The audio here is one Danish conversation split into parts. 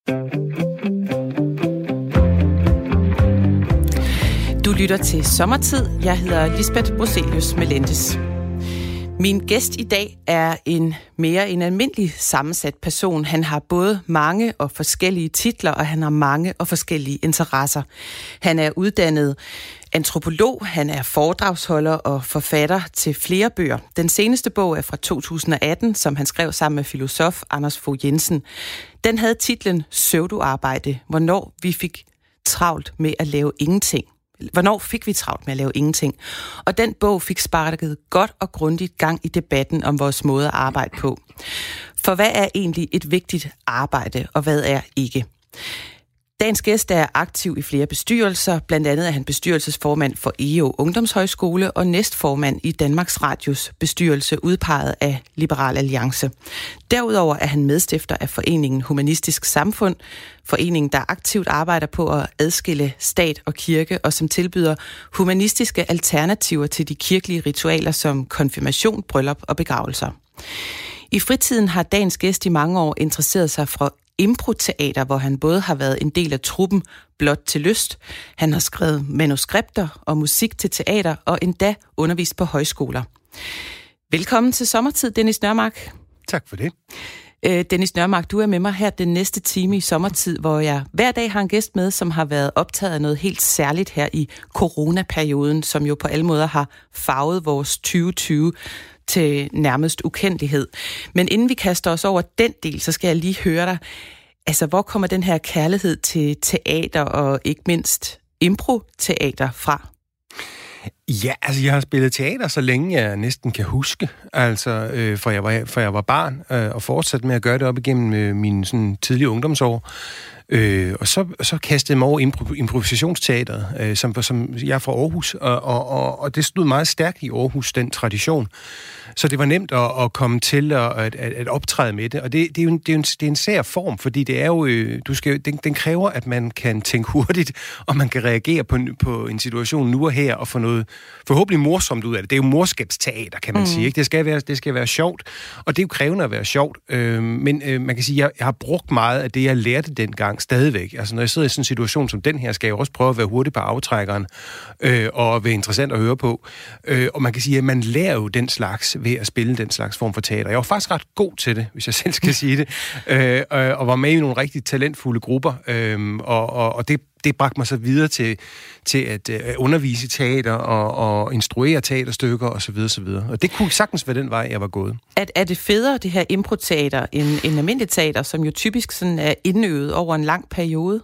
Du lytter til Sommertid. Jeg hedder Lisbeth Broselius Melendez. Min gæst i dag er en mere end almindelig sammensat person. Han har både mange og forskellige titler, og han har mange og forskellige interesser. Han er uddannet antropolog, han er foredragsholder og forfatter til flere bøger. Den seneste bog er fra 2018, som han skrev sammen med filosof Anders Fogh Jensen. Den havde titlen Pseudoarbejde, hvornår vi fik travlt med at lave ingenting. Hvornår fik vi travlt med at lave ingenting? Og den bog fik sparket godt og grundigt gang i debatten om vores måde at arbejde på. For hvad er egentlig et vigtigt arbejde, og hvad er ikke? Dagens gæst er aktiv i flere bestyrelser. Blandt andet er han bestyrelsesformand for EO Ungdomshøjskole og næstformand i Danmarks Radios bestyrelse udpeget af Liberal Alliance. Derudover er han medstifter af foreningen Humanistisk Samfund, foreningen, der aktivt arbejder på at adskille stat og kirke, og som tilbyder humanistiske alternativer til de kirkelige ritualer som konfirmation, bryllup og begravelser. I fritiden har dagens gæst i mange år interesseret sig for improteater, hvor han både har været en del af truppen Blot til Lyst. Han har skrevet manuskripter og musik til teater og endda undervist på højskoler. Velkommen til Sommertid, Dennis Nørmark. Tak for det. Dennis Nørmark, du er med mig her den næste time i Sommertid, hvor jeg hver dag har en gæst med, som har været optaget af noget helt særligt her i coronaperioden, som jo på alle måder har farvet vores 2020 til nærmest ukendelighed. Men inden vi kaster os over den del, så skal jeg lige høre dig. Altså, hvor kommer den her kærlighed til teater og ikke mindst improteater fra? Ja, altså jeg har spillet teater, så længe jeg næsten kan huske. Altså, for jeg var barn, og fortsat med at gøre det op igennem mine sådan, tidlige ungdomsår. Og så kastede jeg mig over improvisationsteateret, som jeg er fra Aarhus, og det stod meget stærkt i Aarhus, den tradition. Så det var nemt at komme til at optræde med det, og det er en sær form, fordi det er jo, den kræver, at man kan tænke hurtigt, og man kan reagere på en situation nu og her, og få noget forhåbentlig morsomt ud af det. Det er jo morskabsteater, kan man sige, ikke? Det skal være sjovt, og det er jo krævende at være sjovt, men man kan sige, at jeg har brugt meget af det, jeg lærte dengang, stadigvæk. Altså, når jeg sidder i sådan en situation som den her, skal jeg også prøve at være hurtig på aftrækkeren, og være interessant at høre på. Og man kan sige, at man lærer jo den slags ved at spille den slags form for teater. Jeg var faktisk ret god til det, hvis jeg selv skal sige det, og var med i nogle rigtig talentfulde grupper, og det bragte mig så videre til at undervise i teater og instruere teaterstykker osv. Og det kunne sagtens være den vej, jeg var gået. Er det federe, det her improteater, end almindeligt teater, som jo typisk sådan er indøvet over en lang periode?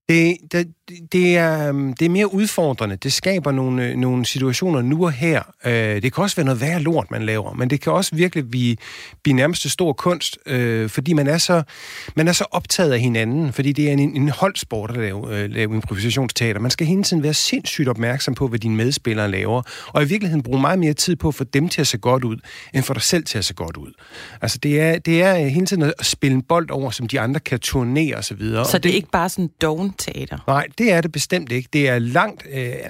Det er mere udfordrende. Det skaber nogle situationer nu og her. Det kan også være noget værre lort, man laver, men det kan også virkelig blive nærmest stor kunst, fordi man er så optaget af hinanden, fordi det er en holdsport at lave improvisationsteater. Man skal hele tiden være sindssygt opmærksom på, hvad dine medspillere laver, og i virkeligheden bruge meget mere tid på at få dem til at se godt ud, end for dig selv til at se godt ud. Altså det er hele tiden at spille en bold over, som de andre kan turnere og så videre. Så det er ikke bare sådan doven teater? Nej, det er det bestemt ikke. Det er langt...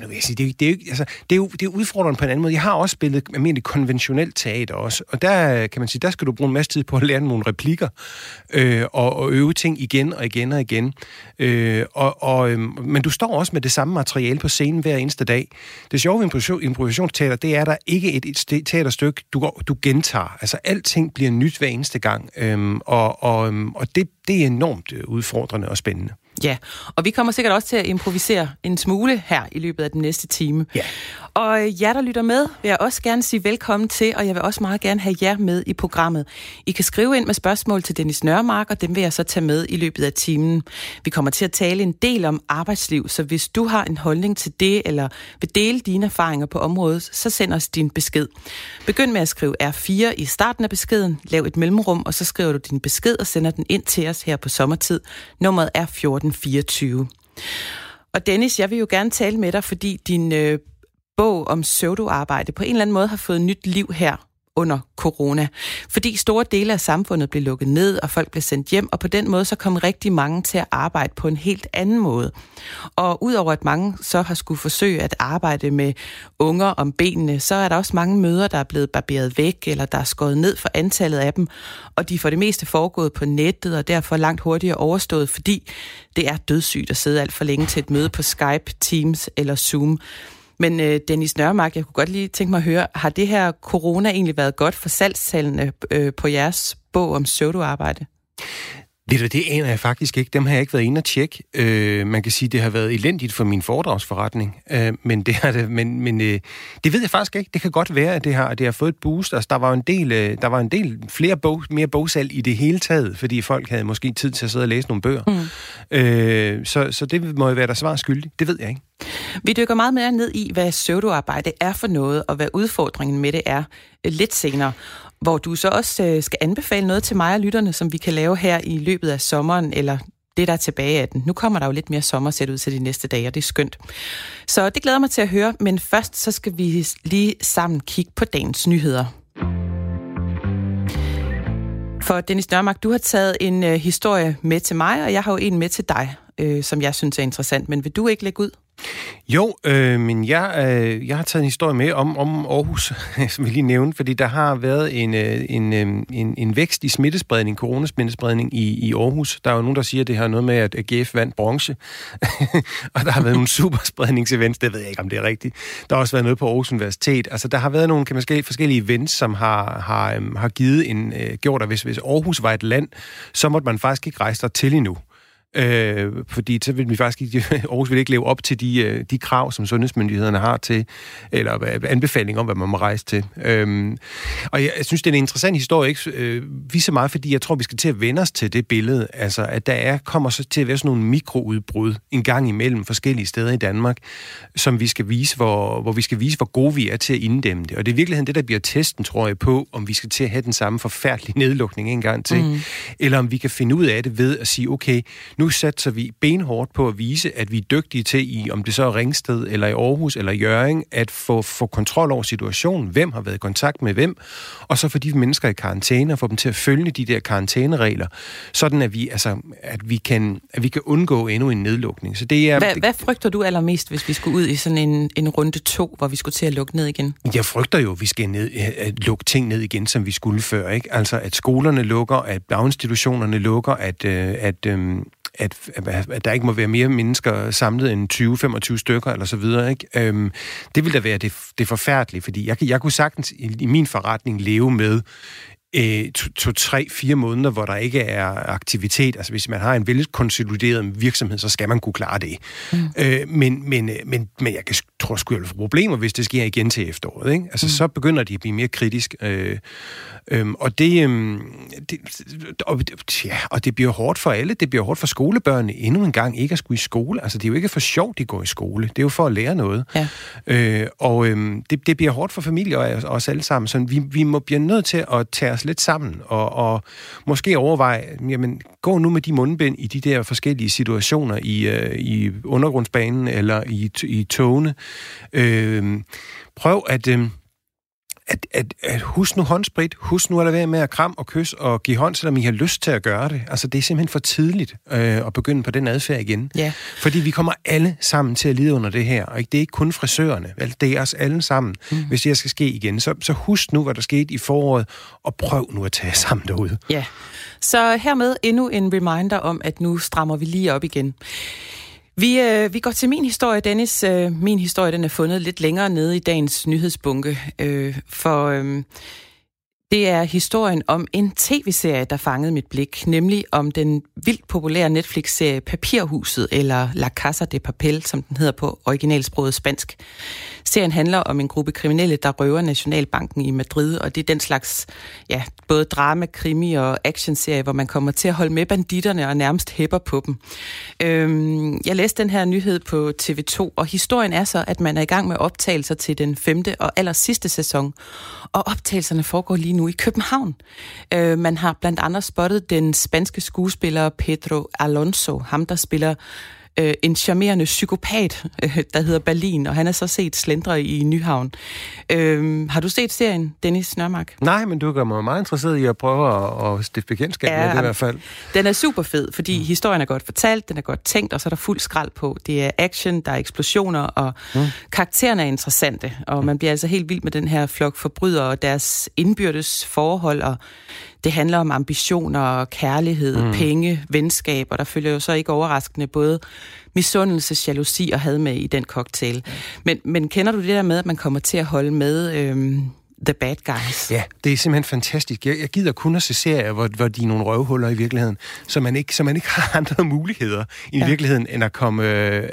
det er udfordrende på en anden måde. Jeg har også spillet almindeligt konventionelt teater også, og der kan man sige, der skal du bruge en masse tid på at lære nogle replikker, og øve ting igen og igen og igen. Men du står også med det samme materiale på scenen hver eneste dag. Det sjove ved improvisationsteater, det er, der ikke et teaterstykke, du gentager. Altså, alting bliver nyt hver eneste gang, og det er enormt udfordrende og spændende. Ja, og vi kommer sikkert også til at improvisere en smule her i løbet af den næste time. Ja. Og jer, der lytter med, vil jeg også gerne sige velkommen til, og jeg vil også meget gerne have jer med i programmet. I kan skrive ind med spørgsmål til Dennis Nørmark, og dem vil jeg så tage med i løbet af timen. Vi kommer til at tale en del om arbejdsliv, så hvis du har en holdning til det, eller vil dele dine erfaringer på området, så send os din besked. Begynd med at skrive R4 i starten af beskeden, lav et mellemrum, og så skriver du din besked og sender den ind til os her på Sommertid. Nummeret er 1424. Og Dennis, jeg vil jo gerne tale med dig, fordi din bog om pseudoarbejde på en eller anden måde har fået nyt liv her under corona, fordi store dele af samfundet blev lukket ned, og folk blev sendt hjem, og på den måde så kom rigtig mange til at arbejde på en helt anden måde. Og udover at mange så har skulle forsøge at arbejde med unger om benene, så er der også mange møder, der er blevet barberet væk, eller der er skåret ned for antallet af dem, og de er for det meste foregået på nettet, og derfor langt hurtigere overstået, fordi det er dødssygt at sidde alt for længe til et møde på Skype, Teams eller Zoom. Men Dennis Nørmark, jeg kunne godt lige tænke mig at høre, har det her corona egentlig været godt for salgstallene på jeres bog om pseudoarbejde? Det aner jeg faktisk ikke. Dem har jeg ikke været inde at tjekke. Man kan sige, det har været elendigt for min foredragsforretning, men det ved jeg faktisk ikke. Det kan godt være, at det har fået et boost. Altså, der var en del mere bogsalg i det hele taget, fordi folk havde måske tid til at sidde og læse nogle bøger. Så det må jo være der svar skyldig. Det ved jeg ikke. Vi dykker meget mere ned i, hvad pseudoarbejde er for noget, og hvad udfordringen med det er lidt senere, hvor du så også skal anbefale noget til mig og lytterne, som vi kan lave her i løbet af sommeren, eller det, der er tilbage af den. Nu kommer der jo lidt mere sommersæt ud til de næste dage, og det er skønt. Så det glæder mig til at høre, men først så skal vi lige sammen kigge på dagens nyheder. For Dennis Nørmark, du har taget en historie med til mig, og jeg har jo en med til dig, som jeg synes er interessant, men vil du ikke lægge ud? Jo, men jeg har taget en historie med om Aarhus, som vi lige nævnte, fordi der har været en vækst i smittespredning, coronasmittespredning i Aarhus. Der er jo nogen, der siger, at det har noget med, at AGF vandt bronze, og der har været nogle superspredningsevents, det ved jeg ikke, om det er rigtigt. Der har også været noget på Aarhus Universitet. Altså, der har været nogle forskellige events, som har gjort, at hvis Aarhus var et land, så måtte man faktisk ikke rejse der til endnu. Fordi så vil vi faktisk ikke, Aarhus vil ikke leve op til de krav, som sundhedsmyndighederne har til, eller anbefalinger om, hvad man må rejse til. Og jeg synes, det er en interessant historie, ikke lige så meget, fordi jeg tror, vi skal til at vende os til det billede, altså at kommer så til at være sådan nogle mikroudbrud en gang imellem forskellige steder i Danmark, som vi skal vise, hvor vi skal vise, hvor gode vi er til at inddæmme det. Og det er i virkeligheden det, der bliver testen, tror jeg, på, om vi skal til at have den samme forfærdelige nedlukning en gang til, eller om vi kan finde ud af det ved at sige, okay, nu satser vi benhårdt på at vise, at vi er dygtige til, om det så er Ringsted, eller i Aarhus, eller Hjørring, at få kontrol over situationen, hvem har været i kontakt med hvem, og så få de mennesker i karantæne, og få dem til at følge de der karantæneregler, sådan at vi kan undgå endnu en nedlukning. Så det er, hvad frygter du allermest, hvis vi skulle ud i sådan en runde 2, hvor vi skulle til at lukke ned igen? Jeg frygter jo, at vi skal lukke ting ned igen, som vi skulle før, ikke? Altså, at skolerne lukker, at daginstitutionerne lukker, at der ikke må være mere mennesker samlet end 20-25 stykker eller så videre, ikke? Det vil da være det forfærdelige, fordi jeg kunne sagtens i min forretning leve med 2-3-4 måneder, hvor der ikke er aktivitet. Altså hvis man har en velkonsolideret virksomhed, så skal man kunne klare det. Men jeg tror sgu, jeg vil få problemer, hvis det sker igen til efteråret, ikke? Altså så begynder de at blive mere kritisk. Og det bliver hårdt for alle. Det bliver hårdt for skolebørnene endnu en gang ikke at skulle i skole. Altså det er jo ikke for sjovt, de går i skole. Det er jo for at lære noget. Ja. Det bliver hårdt for familier og os alle sammen. Så vi må blive nødt til at tage os lidt sammen og måske overveje, jamen gå nu med de mundbind i de der forskellige situationer i undergrundsbanen eller i togene. Prøv at husk nu håndsprit, husk nu at lade være med at kramme og kysse og give hånd, selvom I har lyst til at gøre det. Altså, det er simpelthen for tidligt at begynde på den adfærd igen. Yeah. Fordi vi kommer alle sammen til at lide under det her, og det er ikke kun frisørerne, det er os alle sammen, hvis det skal ske igen. Så husk nu, hvad der skete i foråret, og prøv nu at tage sammen derude. Ja, yeah. Så hermed endnu en reminder om, at nu strammer vi lige op igen. Vi går til min historie, Dennis. Min historie, den er fundet lidt længere nede i dagens nyhedsbunke, det er historien om en tv-serie, der fangede mit blik, nemlig om den vildt populære Netflix-serie Papirhuset, eller La Casa de Papel, som den hedder på originalsproget spansk. Serien handler om en gruppe kriminelle, der røver Nationalbanken i Madrid, og det er den slags, ja, både drama, krimi og actionserie, hvor man kommer til at holde med banditterne og nærmest hæpper på dem. Jeg læste den her nyhed på TV2, og historien er så, at man er i gang med optagelser til den 5. og aller sidste sæson, og optagelserne foregår lige nu i København. Man har blandt andet spottet den spanske skuespiller Pedro Alonso, ham der spiller en charmerende psykopat, der hedder Berlin, og han er så set slendre i Nyhavn. Har du set serien, Dennis Nørmark? Nej, men du gør mig meget interesseret i at prøve at stifte bekendtskab med det i hvert fald. Den er super fed, fordi historien er godt fortalt, den er godt tænkt, og så er der fuld skrald på. Det er action, der er eksplosioner, og karaktererne er interessante, og man bliver altså helt vild med den her flok forbrydere og deres indbyrdes forhold, og det handler om ambitioner, kærlighed, penge, venskab, og der følger jo så ikke overraskende både misundelse, jalousi og had med i den cocktail. Men kender du det der med, at man kommer til at holde med The Bad Guys? Ja, det er simpelthen fantastisk. Jeg gider kun at se serier, hvor de er nogle røvhuller i virkeligheden, så man ikke har andre muligheder i virkeligheden, end at komme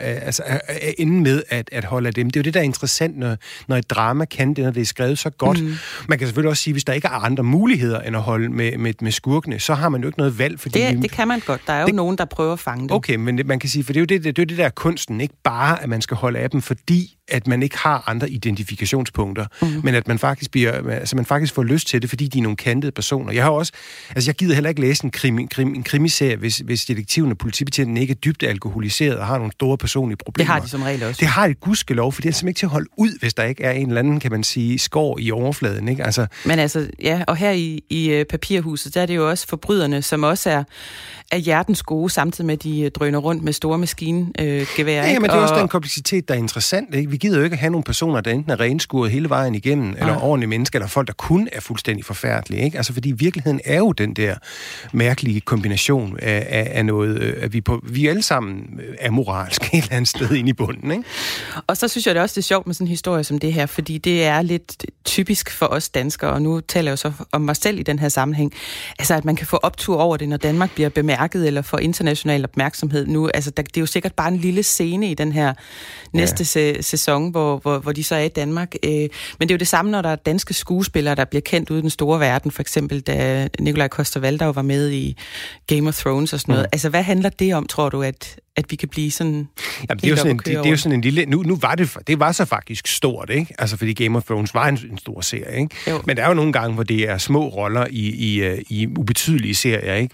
inde med at holde af dem. Det er jo det, der er interessant, når et drama kan det, når det er skrevet så godt. Man kan selvfølgelig også sige, hvis der ikke er andre muligheder end at holde med skurkene, så har man jo ikke noget valg. Fordi det kan man godt. Der er jo nogen, der prøver at fange dem. Okay, men man kan sige, for det er jo det der kunsten, ikke bare, at man skal holde af dem, fordi at man ikke har andre identifikationspunkter, men at man faktisk man faktisk får lyst til det, fordi de er nogle kantede personer. Jeg gider heller ikke læse en krimiserie, hvis detektiven og politibetjenten ikke er dybt alkoholiseret og har nogle store personlige problemer. Det har de som regel også. Det har et gudskelov, for det er simpelthen ikke til at holde ud, hvis der ikke er en eller anden, kan man sige, skår i overfladen, ikke? Men ja, og her i Papirhuset, der er det jo også forbryderne, som også er hjertens gode, samtidig med, at de drøner rundt med store maskingeværer. Ja, men det er også den kompleksitet, der er interessant, ikke? Vi gider jo ikke have nogle personer, der enten er renskuret hele vejen igennem, eller ordentlige mennesker, eller folk, der kun er fuldstændig forfærdelige, ikke? Fordi virkeligheden er jo den der mærkelige kombination af noget, at vi alle sammen er moralske et eller andet sted inde i bunden, ikke? Og så synes jeg det også, det er sjovt med sådan en historie som det her, fordi det er lidt typisk for os danskere, og nu taler jeg jo så om mig selv i den her sammenhæng, at man kan få optur over det, når Danmark bliver bemærket, eller får international opmærksomhed nu. Det er jo sikkert bare en lille scene i den her næste sæson, hvor de så er i Danmark. Men det er jo det samme, når der er danske skuespillere, der bliver kendt ude i den store verden. For eksempel, da Nikolaj Coster-Waldau var med i Game of Thrones og sådan noget. Hvad handler det om, tror du, at vi kan blive sådan... Jamen, det er jo sådan en lille... Nu var det var så faktisk stort, ikke? Fordi Game of Thrones var en stor serie, ikke? Jo. Men der er jo nogle gange, hvor det er små roller i ubetydelige serier, ikke?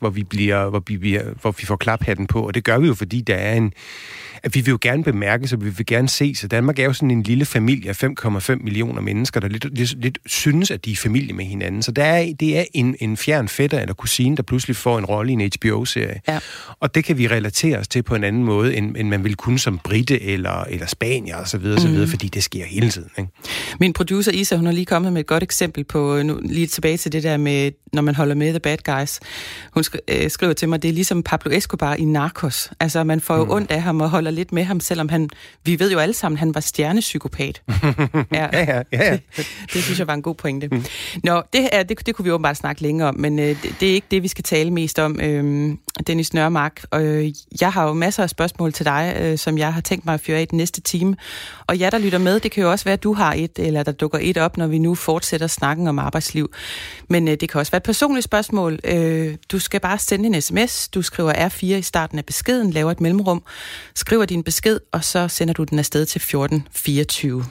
Hvor vi får klaphatten på, og det gør vi jo, fordi der er at vi vil jo gerne bemærke, så vi vil gerne se, så Danmark er jo sådan en lille familie af 5,5 millioner mennesker, der lidt synes, at de er familie med hinanden. Så det er en fjern fætter eller kusine, der pludselig får en rolle i en HBO-serie. Ja. Og det kan vi relatere os til på en anden måde, end man ville kunne som brite eller spanier og så videre, fordi det sker hele tiden, ikke? Min producer Isa, hun har lige kommet med et godt eksempel på, nu lige tilbage til det der med, når man holder med The Bad Guys. Hun skriver til mig, det er ligesom Pablo Escobar i Narcos. Man får jo ondt af ham og holder lidt med ham, selvom vi ved jo alle sammen, han var stjernepsykopat. Ja. Det synes jeg var en god pointe. Nå, det kunne vi åbenbart snakke længere om, men det er ikke det, vi skal tale mest om, Dennis Nørmark. Og jeg har jo masser af spørgsmål til dig, som jeg har tænkt mig at føre i den næste time. Og jer, der lytter med, det kan jo også være, at du har et, eller der dukker et op, når vi nu fortsætter snakken om arbejdsliv. Men det kan også være et personligt spørgsmål. Du skal bare sende en sms. Du skriver R4 i starten af beskeden, laver et mellemrum, skriver din besked, og så sender du den afsted til 1424.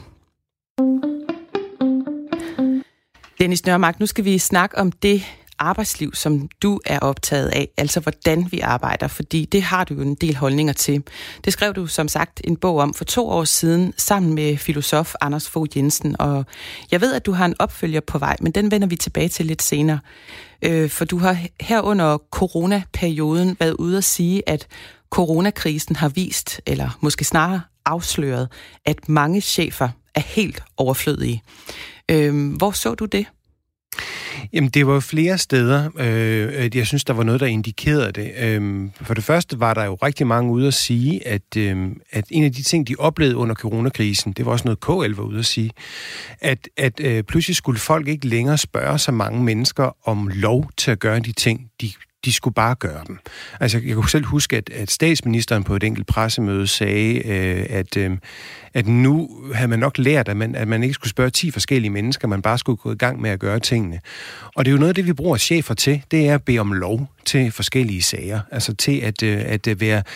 Dennis Nørmark, nu skal vi snakke om det arbejdsliv, som du er optaget af, altså hvordan vi arbejder, fordi det har du jo en del holdninger til. Det skrev du som sagt en bog om for 2 år siden, sammen med filosof Anders Fogh Jensen, og jeg ved, at du har en opfølger på vej, men den vender vi tilbage til lidt senere. For du har her under coronaperioden været ude at sige, at coronakrisen har vist, eller måske snarere afsløret, at mange chefer er helt overflødige. Hvor så du det? Jamen, det var flere steder. Jeg synes, der var noget, der indikerede det. For det første var der jo rigtig mange ude at sige, at en af de ting, de oplevede under coronakrisen, det var også noget KL var ude at sige, at pludselig skulle folk ikke længere spørge så mange mennesker om lov til at gøre de ting, de skulle bare gøre dem. Altså, jeg kunne selv huske, at statsministeren på et enkelt pressemøde sagde, at nu havde man nok lært, at man ikke skulle spørge 10 forskellige mennesker, man bare skulle gå i gang med at gøre tingene. Og det er jo noget af det, vi bruger chefer til, det er at bede om lov til forskellige sager. Altså til at være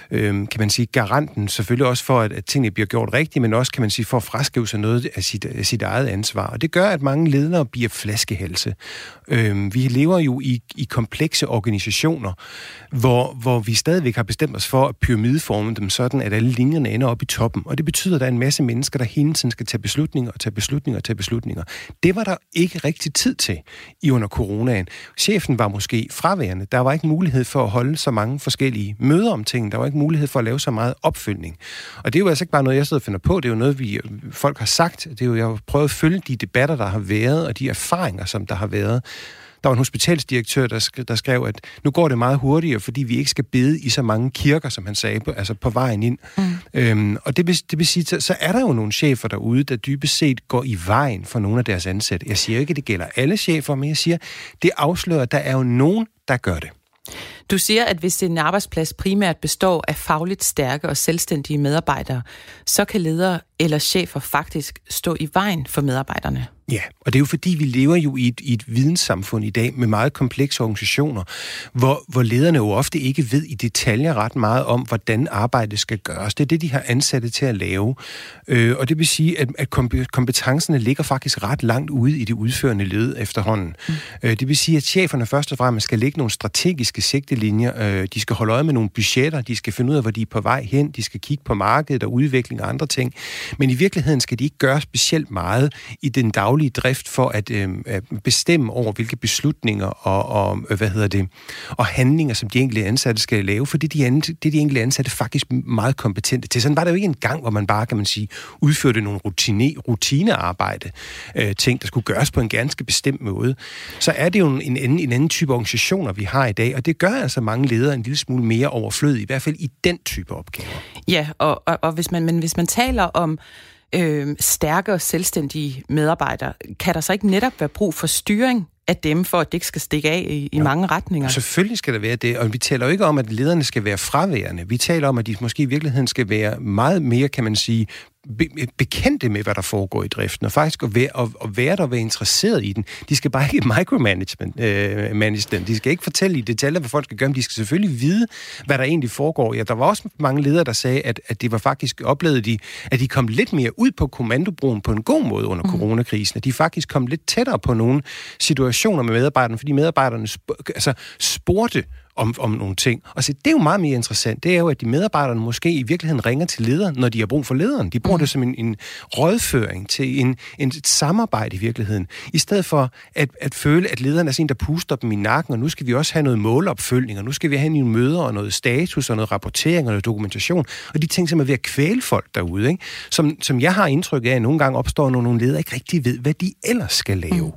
kan man sige, garanten selvfølgelig også for, at tingene bliver gjort rigtigt, men også, kan man sige, for at fraskrive sig noget af sit eget ansvar. Og det gør, at mange ledere bliver flaskehalse. Vi lever jo i komplekse organisationer, hvor vi stadigvæk har bestemt os for at pyramideforme dem sådan, at alle linjerne ender op i toppen. Og det betyder, at der er en masse mennesker, der hele tiden skal tage beslutninger. Det var der ikke rigtig tid til under coronaen. Chefen var måske fraværende. Der var ikke mulighed for at holde så mange forskellige møder om ting. Der var ikke mulighed for at lave så meget opfølgning. Og det er jo altså ikke bare noget, jeg sidder og finder på. Det er jo noget, folk har sagt. Det er jo, jeg har prøvet at følge de debatter, der har været, og de erfaringer, som der har været. Der var en hospitalsdirektør, der skrev, at nu går det meget hurtigere, fordi vi ikke skal bede i så mange kirker, som han sagde, på vejen ind. Og det vil sige, så er der jo nogle chefer derude, der dybest set går i vejen for nogle af deres ansatte. Jeg siger ikke, at det gælder alle chefer, men jeg siger, det afslører, at der er jo nogen, der gør det. Du siger, at hvis en arbejdsplads primært består af fagligt stærke og selvstændige medarbejdere, så kan ledere eller chefer faktisk stå i vejen for medarbejderne. Ja, og det er jo fordi, vi lever jo i et videnssamfund i dag med meget komplekse organisationer, hvor lederne jo ofte ikke ved i detaljer ret meget om, hvordan arbejdet skal gøres. Det er det, de har ansatte til at lave. Og det vil sige, at kompetencerne ligger faktisk ret langt ude i det udførende led efterhånden. Det vil sige, at cheferne først og fremmest skal lægge nogle strategiske sigtelinjer. De skal holde øje med nogle budgetter, de skal finde ud af, hvor de er på vej hen, de skal kigge på markedet og udvikling og andre ting. Men i virkeligheden skal de ikke gøre specielt meget i den daglige drift for at bestemme over, hvilke beslutninger og handlinger, som de enkelte ansatte skal lave, fordi det er de enkelte ansatte faktisk meget kompetente til. Sådan var der jo ikke en gang, hvor man bare, kan man sige, udførte nogle rutinearbejde, ting, der skulle gøres på en ganske bestemt måde. Så er det jo en anden type organisationer, vi har i dag, og det gør altså mange ledere en lille smule mere overflødige, i hvert fald i den type opgaver. Ja, og hvis man taler om stærke og selvstændige medarbejdere, kan der så ikke netop være brug for styring af dem, for at det ikke skal stikke af i mange retninger? Selvfølgelig skal der være det, og vi taler jo ikke om, at lederne skal være fraværende. Vi taler om, at de måske i virkeligheden skal være meget mere, kan man sige, bekendte med, hvad der foregår i driften, og faktisk at være der og være interesseret i den. De skal bare ikke manage den. De skal ikke fortælle i detaljer, hvad folk skal gøre, men de skal selvfølgelig vide, hvad der egentlig foregår. Ja, der var også mange ledere, der sagde, at det var faktisk, oplevede de, at de kom lidt mere ud på kommandobroen på en god måde under coronakrisen, at de faktisk kom lidt tættere på nogle situationer med medarbejderne, fordi medarbejderne spurgte om nogle ting. Og så det er jo meget mere interessant. Det er jo, at de medarbejderne måske i virkeligheden ringer til lederen, når de har brug for lederen. De bruger det som en rådføring til et samarbejde i virkeligheden. I stedet for at føle, at lederen er sådan en, der puster dem i nakken, og nu skal vi også have noget målopfølgning, og nu skal vi have nogle møder og noget status og noget rapportering og noget dokumentation. Og de ting, som er ved at kvæle folk derude, ikke? Som jeg har indtryk af, at nogle gange opstår nogle ledere ikke rigtig ved, hvad de ellers skal lave.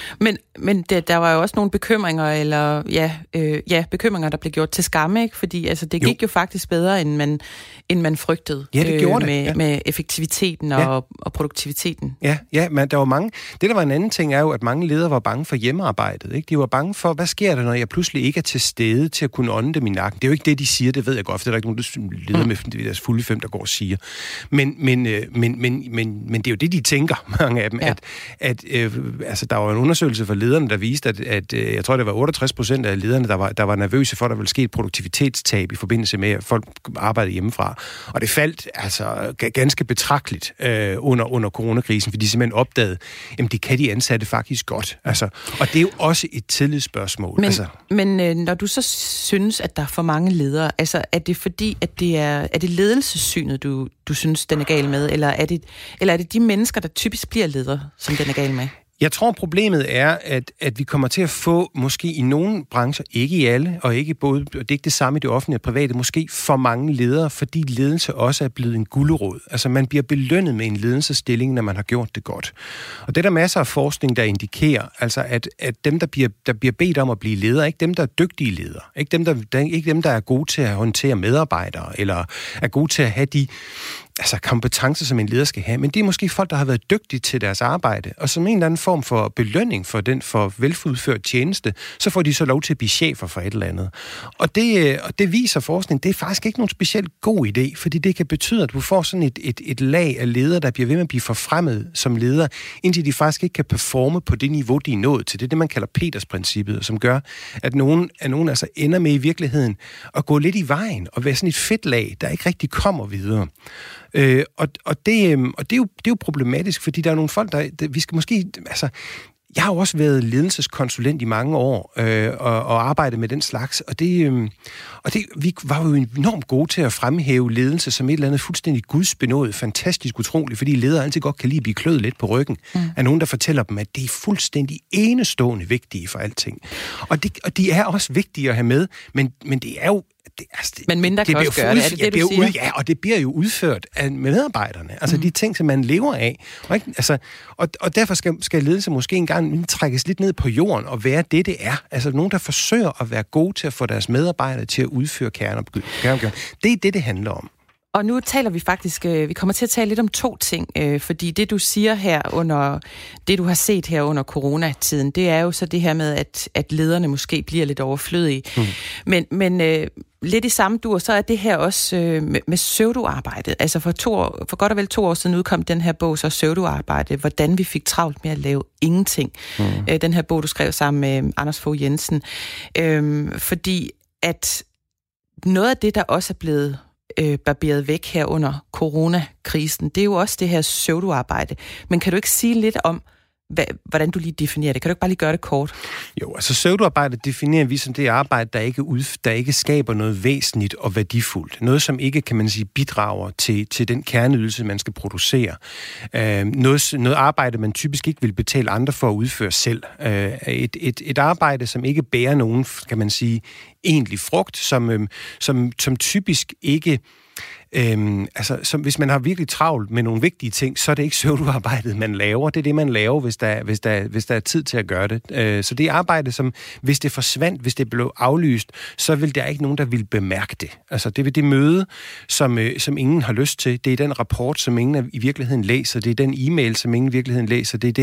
Men der var jo også nogle bekymringer, bekymringer, der blev gjort til skamme, ikke? Fordi altså, det gik jo faktisk bedre, end man frygtede. Ja, det gjorde det. Med effektiviteten og produktiviteten. Ja, men der var mange. Det, der var en anden ting, er jo, at mange ledere var bange for hjemmearbejdet. Ikke? De var bange for, hvad sker der, når jeg pludselig ikke er til stede til at kunne ånde dem i nakken. Det er jo ikke det, de siger, det ved jeg godt, for det er der ikke nogen, der leder med deres fulde 5, der går og siger. Men det er jo det, de tænker, mange af dem. Ja. Altså, der var en undersøgelse for lederne, der viste, at jeg tror, det var 68% af lederne, der var nervøse for, at der ville ske et produktivitetstab i forbindelse med, at folk arbejdede hjemmefra. Og det faldt altså ganske betragteligt under coronakrisen, fordi de simpelthen opdagede, at det kan de ansatte faktisk godt. Altså, og det er jo også et tillidsspørgsmål. Men når du så synes, at der er for mange ledere, altså er det fordi, at er det ledelsessynet, du synes, den er gal med, eller er det de mennesker, der typisk bliver ledere, som den er gal med? Jeg tror, problemet er, at vi kommer til at få, måske i nogle brancher, ikke i alle, og ikke både, og det er ikke det samme i det offentlige og private, måske for mange ledere, fordi ledelse også er blevet en gulerod. Altså, man bliver belønnet med en ledelsesstilling, når man har gjort det godt. Og det er der masser af forskning, der indikerer, altså at dem, der bliver bedt om at blive ledere, ikke dem, der er dygtige ledere, ikke dem, der er gode til at håndtere medarbejdere, eller er gode til at have kompetencer, som en leder skal have, men det er måske folk, der har været dygtige til deres arbejde, og som en eller anden form for belønning for veludført tjeneste, så får de så lov til at blive chefer for et eller andet. Og det viser forskning, det er faktisk ikke nogen specielt god idé, fordi det kan betyde, at du får sådan et lag af ledere, der bliver ved med at blive forfremmet som leder, indtil de faktisk ikke kan performe på det niveau, de er nået til. Det er det, man kalder Peters-princippet, som gør, at nogen altså ender med i virkeligheden at gå lidt i vejen og være sådan et fedtlag, der ikke rigtig kommer videre. Og det er jo problematisk, fordi der er nogle folk, vi skal måske... Jeg har jo også været ledelseskonsulent i mange år og arbejdet med den slags, og vi var jo enormt gode til at fremhæve ledelse som et eller andet fuldstændig gudsbenået, fantastisk utroligt, fordi ledere altid godt kan lide at blive kløet lidt på ryggen af nogen, der fortæller dem, at det er fuldstændig enestående vigtige for alting. Og de er også vigtige at have med, men det er jo men mindre kan også gøre det, er det du siger? Ja, og det bliver jo udført af medarbejderne. Altså de ting, som man lever af. Og derfor skal ledelse måske engang trækkes lidt ned på jorden og være det er. Altså nogen, der forsøger at være gode til at få deres medarbejdere til at udføre kerneopgaven. Det er det handler om. Og nu taler vi faktisk, vi kommer til at tale lidt om to ting, fordi det du siger her under, det du har set her under coronatiden, det er jo så det her med, at lederne måske bliver lidt overflødige. Men lidt i samme dur, så er det her også med pseudoarbejdet. Altså for godt og vel 2 år siden udkom den her bog, så pseudoarbejde, hvordan vi fik travlt med at lave ingenting. Den her bog, du skrev sammen med Anders Fogh Jensen. Fordi at noget af det, der også er blevet barberet væk her under coronakrisen, det er jo også det her pseudoarbejde. Men kan du ikke sige lidt om, hvordan du lige definerer det? Kan du ikke bare lige gøre det kort? Jo, altså pseudoarbejde definerer vi som det arbejde, der ikke skaber noget væsentligt og værdifuldt. Noget, som ikke, kan man sige, bidrager til den kerneydelse, man skal producere. Noget arbejde, man typisk ikke vil betale andre for at udføre selv. Et arbejde, som ikke bærer nogen, kan man sige, egentlig frugt, som typisk ikke... hvis man har virkelig travlt med nogle vigtige ting, så er det ikke pseudoarbejdet, man laver. Det er det, man laver, hvis der er tid til at gøre det. Så det er arbejde, som hvis det forsvandt, hvis det blev aflyst, så vil der ikke nogen, der vil bemærke det. Altså det er det møde, som ingen har lyst til. Det er den rapport, som ingen i virkeligheden læser. Det er den e-mail, som ingen i virkeligheden læser. Det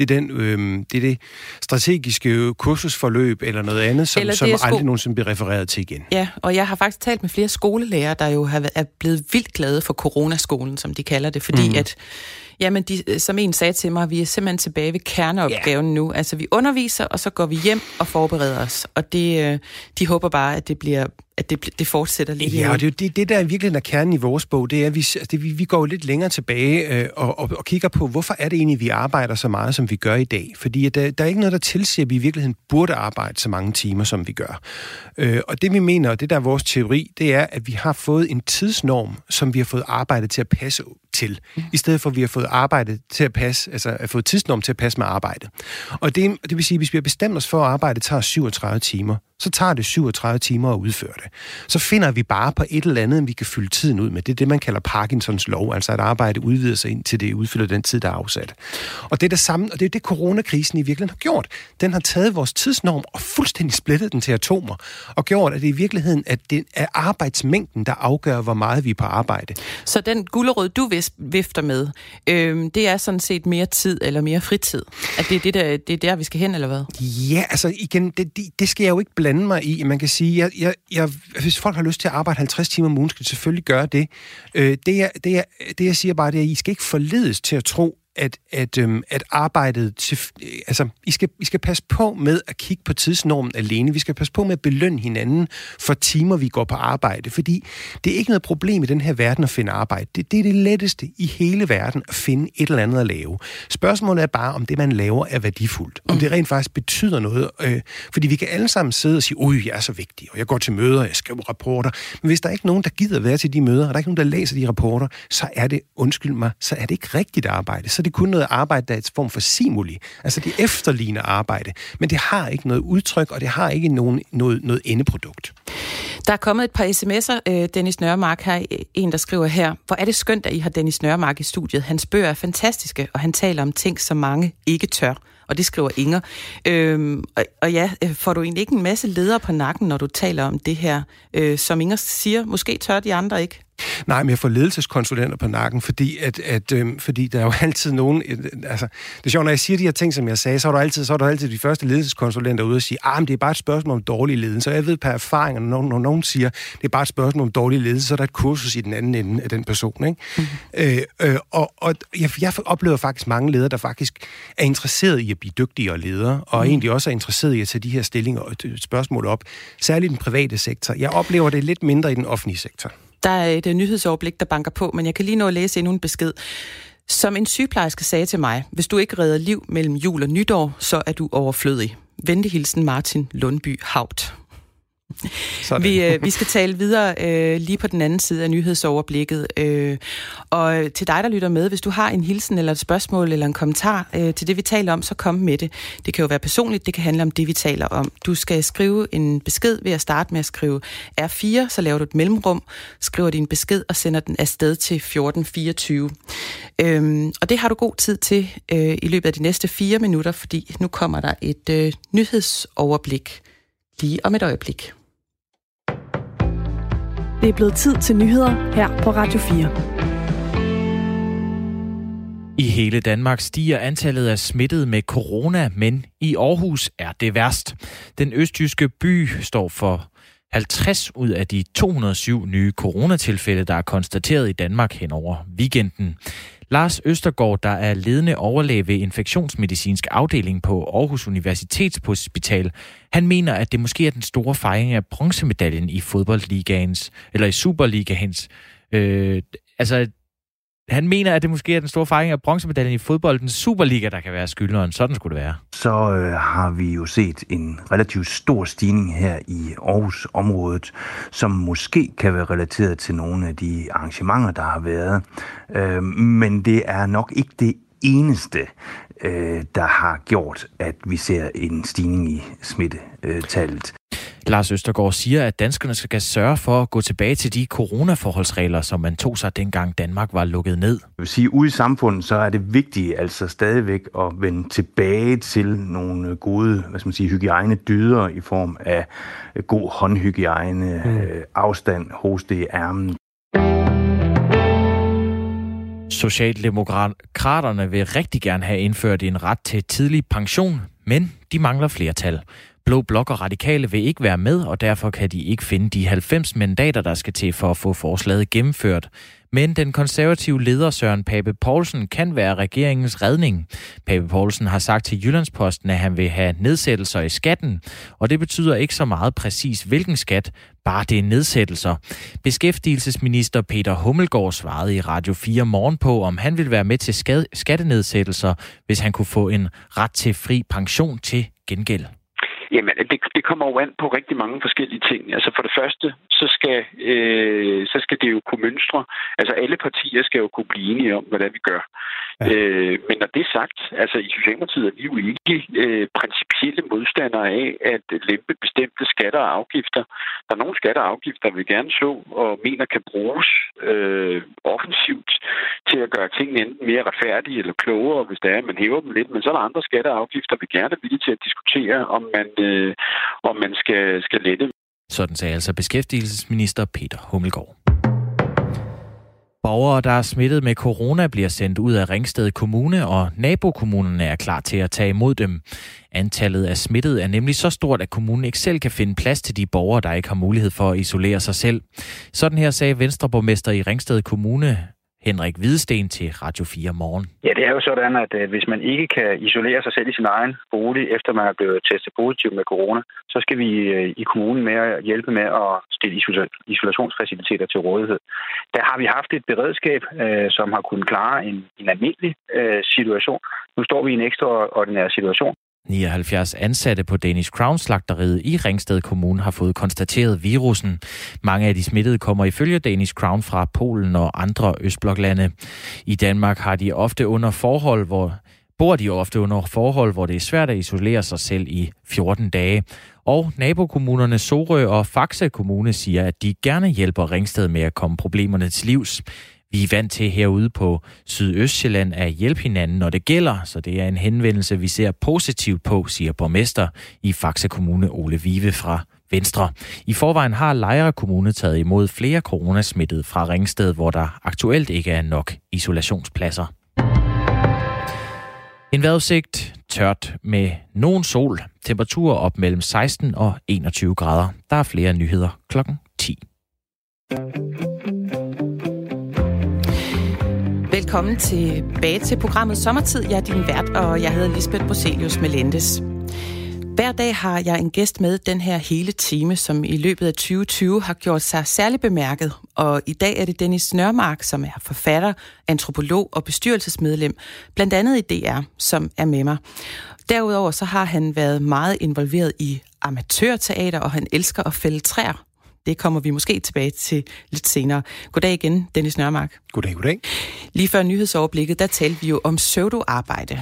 er det strategiske kursusforløb eller noget andet, som aldrig nogensinde bliver refereret til igen. Ja, og jeg har faktisk talt med flere skolelærere, der jo er blevet vildt glade for coronaskolen, som de kalder det, fordi at, jamen, som en sagde til mig, vi er simpelthen tilbage ved kerneopgaven nu. Altså, vi underviser, og så går vi hjem og forbereder os. Og de håber bare, at det fortsætter lidt. Ja, og det der virkelig er kernen i vores bog, det er, at vi går lidt længere tilbage og kigger på, hvorfor er det egentlig, vi arbejder så meget, som vi gør i dag. Fordi der er ikke noget, der tilsiger, at vi i virkeligheden burde arbejde så mange timer, som vi gør. Og det vi mener, og det der er vores teori, det er, at vi har fået en tidsnorm, som vi har fået arbejdet til at passe til, i stedet for at vi har fået arbejdet til at passe, altså fået tidsnorm til at passe med arbejde. Og det vil sige, at hvis vi har bestemt os for, at arbejde tager 37 timer, så tager det 37 timer at udføre det. Så finder vi bare på et eller andet, vi kan fylde tiden ud med. Det er det, man kalder Parkinsons lov, altså at arbejde udvider sig ind til det udfylder den tid, der er afsat. Og det er det samme, og det er det, coronakrisen i virkeligheden har gjort. Den har taget vores tidsnorm og fuldstændig splittet den til atomer, og gjort, at det i virkeligheden at det er arbejdsmængden, der afgør, hvor meget vi er på arbejde. Så den gulerod, du vifter med, det er sådan set mere tid eller mere fritid? At det er der, vi skal hen, eller hvad? Ja, altså igen, det skal jeg jo ikke blande mig i. Man kan sige, hvis folk har lyst til at arbejde 50 timer om ugen, skal de selvfølgelig gøre det. Det jeg siger bare, det er, at I skal ikke forledes til at tro, at arbejdet... Altså, I skal passe på med at kigge på tidsnormen alene. Vi skal passe på med at belønne hinanden for timer, vi går på arbejde. Fordi det er ikke noget problem i den her verden at finde arbejde. Det er det letteste i hele verden at finde et eller andet at lave. Spørgsmålet er bare, om det, man laver, er værdifuldt. Om det rent faktisk betyder noget. Fordi vi kan alle sammen sidde og sige, jeg er så vigtig, og jeg går til møder, jeg skriver rapporter. Men hvis der er ikke nogen, der gider være til de møder, og der er ikke nogen, der læser de rapporter, så er det, undskyld mig, så er det ikke rigtigt arbejde. Så det kun noget arbejde, der er et form for simuli. Altså, det efterligner arbejde. Men det har ikke noget udtryk, og det har ikke noget endeprodukt. Der er kommet et par sms'er, Dennis Nørremark her, en der skriver her, hvor er det skønt, at I har Dennis Nørremark i studiet. Hans bøger er fantastiske, og han taler om ting, som mange ikke tør. Og det skriver Inger. Og ja, får du egentlig ikke en masse ledere på nakken, når du taler om det her, som Inger siger, måske tør de andre ikke? Nej, men jeg får ledelseskonsulenter på nakken, fordi der er jo altid nogen... Altså, det er sjovt, når jeg siger de her ting, som jeg sagde, så er der altid de første ledelseskonsulenter ude og sige, men det er bare et spørgsmål om dårlig ledelse. Og jeg ved per erfaring, når nogen siger, det er bare et spørgsmål om dårlig ledelse, så er der et kursus i den anden ende af den person. Ikke? Og jeg oplever faktisk mange ledere, der faktisk er interesseret i at blive dygtigere ledere, og egentlig også er interesseret i at tage de her stillinger og spørgsmål op, særligt i den private sektor. Jeg oplever det lidt mindre i den offentlige sektor. Der er et nyhedsoverblik, der banker på, men jeg kan lige nå at læse endnu en besked. Som en sygeplejerske sagde til mig, hvis du ikke redder liv mellem jul og nytår, så er du overflødig. Venlig hilsen Martin Lundby Haupt. Vi skal tale videre lige på den anden side af nyhedsoverblikket. Og til dig, der lytter med, hvis du har en hilsen eller et spørgsmål eller en kommentar til det, vi taler om, så kom med det. Det kan jo være personligt, det kan handle om det, vi taler om. Du skal skrive en besked ved at starte med at skrive R4, så laver du et mellemrum, skriver din besked og sender den afsted til 1424. Og det har du god tid til i løbet af de næste 4 minutter, fordi nu kommer der et nyhedsoverblik lige om et øjeblik. Det er blevet tid til nyheder her på Radio 4. I hele Danmark stiger antallet af smittede med corona, men i Aarhus er det værst. Den østjyske by står for 50 ud af de 207 nye coronatilfælde, der er konstateret i Danmark hen over weekenden. Lars Østergaard, der er ledende overlæge ved infektionsmedicinsk afdeling på Aarhus Universitetshospital, han mener, at det måske er den store fejring af bronzemedaljen i fodboldligaens, eller i Superligaens. Han mener, at det måske er den store fejring af bronzemedaljen i fodboldens Superliga, der kan være skyldneren. Sådan skulle det være. Så har vi jo set en relativt stor stigning her i Aarhus-området, som måske kan være relateret til nogle af de arrangementer, der har været. Men det er nok ikke det eneste, der har gjort, at vi ser en stigning i smittetallet. Lars Østergaard siger, at danskerne skal sørge for at gå tilbage til de coronaforholdsregler, som man tog sig dengang Danmark var lukket ned. Jeg vil sige, ude i samfundet, så er det vigtigt altså stadigvæk at vende tilbage til nogle gode, hygiejnedyder i form af god håndhygiejne, afstand, hoste i ærmen. Socialdemokraterne vil rigtig gerne have indført en ret til tidlig pension, men de mangler flertal. Blå Blok og Radikale vil ikke være med, og derfor kan de ikke finde de 90 mandater, der skal til for at få forslaget gennemført. Men den konservative leder Søren Pape Poulsen kan være regeringens redning. Pape Poulsen har sagt til Jyllandsposten, at han vil have nedsættelser i skatten, og det betyder ikke så meget præcis hvilken skat, bare det er nedsættelser. Beskæftigelsesminister Peter Hummelgaard svarede i Radio 4 Morgen på, om han ville være med til skattenedsættelser, hvis han kunne få en ret til fri pension til gengæld. Jamen, det kommer jo an på rigtig mange forskellige ting. Altså for det første, så skal det jo kunne mønstre. Altså alle partier skal jo kunne blive enige om, hvad det er, vi gør. Ja. Men når det er sagt, altså i Socialdemokratiet er vi jo ikke principielle modstandere af at lempe bestemte skatter og afgifter. Der er nogle skatter og afgifter, vi gerne så og mener kan bruges offensivt til at gøre tingene enten mere retfærdige eller klogere, hvis det er, at man hæver dem lidt. Men så er der andre skatter og afgifter, vi gerne er villige til at diskutere, om man skal lette. Sådan sagde altså beskæftigelsesminister Peter Hummelgaard. Borgere, der er smittet med corona, bliver sendt ud af Ringsted Kommune, og nabokommunerne er klar til at tage imod dem. Antallet af smittede er nemlig så stort, at kommunen ikke selv kan finde plads til de borgere, der ikke har mulighed for at isolere sig selv. Sådan her sagde Venstreborgmester i Ringsted Kommune, Henrik Hvidesten, til Radio 4 Morgen. Ja, det er jo sådan, at hvis man ikke kan isolere sig selv i sin egen bolig, efter man er blevet testet positiv med corona, så skal vi i kommunen med at hjælpe med at stille isolationsfaciliteter til rådighed. Der har vi haft et beredskab, som har kunnet klare en almindelig situation. Nu står vi i en ekstraordinær situation. 79 ansatte på Danish Crown-slagteriet i Ringsted Kommune har fået konstateret virussen. Mange af de smittede kommer ifølge Danish Crown fra Polen og andre østbloklande. I Danmark bor de ofte under forhold, hvor det er svært at isolere sig selv i 14 dage. Og nabokommunerne Sorø og Faxe Kommune siger, at de gerne hjælper Ringsted med at komme problemerne til livs. Vi er vant til herude på Sydøstsjælland at hjælpe hinanden, når det gælder, så det er en henvendelse, vi ser positivt på, siger borgmester i Faxe Kommune Ole Vive fra Venstre. I forvejen har Lejre Kommune taget imod flere coronasmittede fra Ringsted, hvor der aktuelt ikke er nok isolationspladser. En vejrudsigt, tørt med nogen sol, temperaturer op mellem 16 og 21 grader. Der er flere nyheder klokken 10. Velkommen tilbage til programmet Sommertid. Jeg er din vært, og jeg hedder Lisbeth Broselius Melendez. Hver dag har jeg en gæst med den her hele time, som i løbet af 2020 har gjort sig særligt bemærket. Og i dag er det Dennis Nørmark, som er forfatter, antropolog og bestyrelsesmedlem, blandt andet i DR, som er med mig. Derudover så har han været meget involveret i amatørteater, og han elsker at fælde træer. Det kommer vi måske tilbage til lidt senere. Goddag igen, Dennis Nørmark. Goddag. Lige før nyhedsoverblikket, der talte vi jo om pseudoarbejde.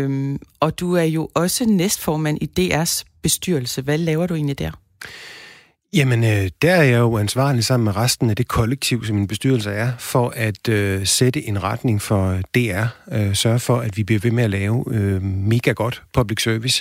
Og du er jo også næstformand i DR's bestyrelse. Hvad laver du egentlig der? Jamen, der er jeg jo ansvarlig sammen med resten af det kollektiv, som min bestyrelse er, for at sætte en retning for DR. Sørge for, at vi bliver ved med at lave mega godt public service.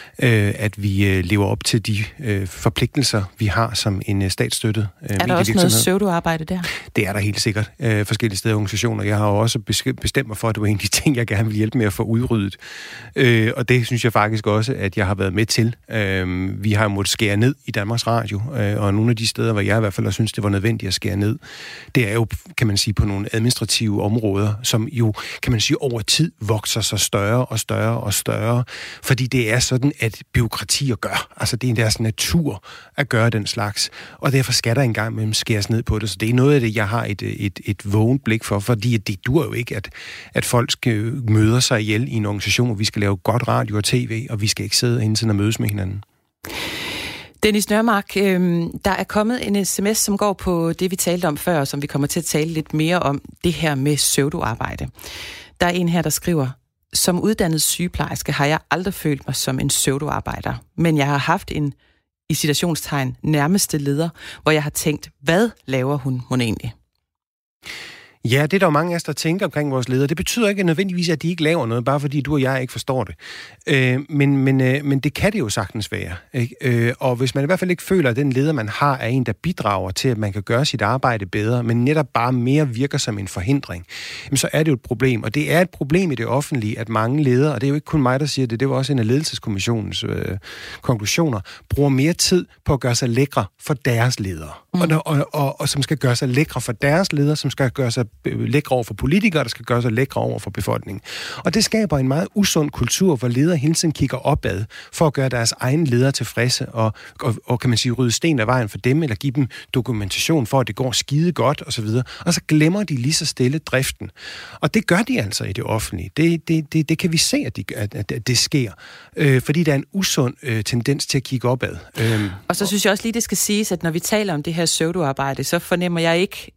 At vi lever op til de forpligtelser, vi har som en statsstøttet medievirksomhed. Er der også noget pseudoarbejde der? Det er der helt sikkert. Forskellige steder organisationer. Jeg har jo også bestemt mig for, at det var en af de ting, jeg gerne vil hjælpe med at få udryddet. Og det synes jeg faktisk også, at jeg har været med til. Vi har måttet skære ned i Danmarks Radio, og nogle af de steder, hvor jeg i hvert fald synes, det var nødvendigt at skære ned, det er jo, kan man sige, på nogle administrative områder, som jo, kan man sige, over tid vokser sig større og større og større, fordi det er sådan, at byråkratier gør. Altså, det er deres natur at gøre den slags, og derfor skal der engang mellem skæres ned på det. Så det er noget af det, jeg har et vågent blik for, fordi det dur jo ikke, at folk skal møde sig ihjel i en organisation, hvor vi skal lave godt radio og tv, og vi skal ikke sidde hele tiden og mødes med hinanden. Dennis Nørmark, der er kommet en sms, som går på det, vi talte om før, som vi kommer til at tale lidt mere om, det her med pseudoarbejde. Der er en her, der skriver: som uddannet sygeplejerske har jeg aldrig følt mig som en pseudoarbejder, men jeg har haft en, i citationstegn, nærmeste leder, hvor jeg har tænkt, hvad laver hun egentlig? Ja, det er der jo mange af os, der tænker omkring vores ledere. Det betyder ikke nødvendigvis, at de ikke laver noget, bare fordi du og jeg ikke forstår det. Men det kan det jo sagtens være. Ikke? Og hvis man i hvert fald ikke føler, at den leder, man har, er en, der bidrager til, at man kan gøre sit arbejde bedre, men netop bare mere virker som en forhindring, så er det jo et problem. Og det er et problem i det offentlige, at mange ledere, og det er jo ikke kun mig, der siger det, det var også en af ledelseskommissionens konklusioner, bruger mere tid på at gøre sig lækre for deres ledere. Og som skal gøre sig lækre for deres ledere, som skal gøre sig lækre over for politikere, der skal gøre sig lækre over for befolkningen. Og det skaber en meget usund kultur, hvor ledere hele tiden kigger opad for at gøre deres egne ledere tilfredse og kan man sige, rydde sten af vejen for dem, eller give dem dokumentation for, at det går skide godt osv. Og så glemmer de lige så stille driften. Og det gør de altså i det offentlige. Det kan vi se, at det sker. Fordi der er en usund tendens til at kigge opad. Og så synes jeg også lige, det skal siges, at når vi taler om det her pseudoarbejde, så fornemmer jeg ikke,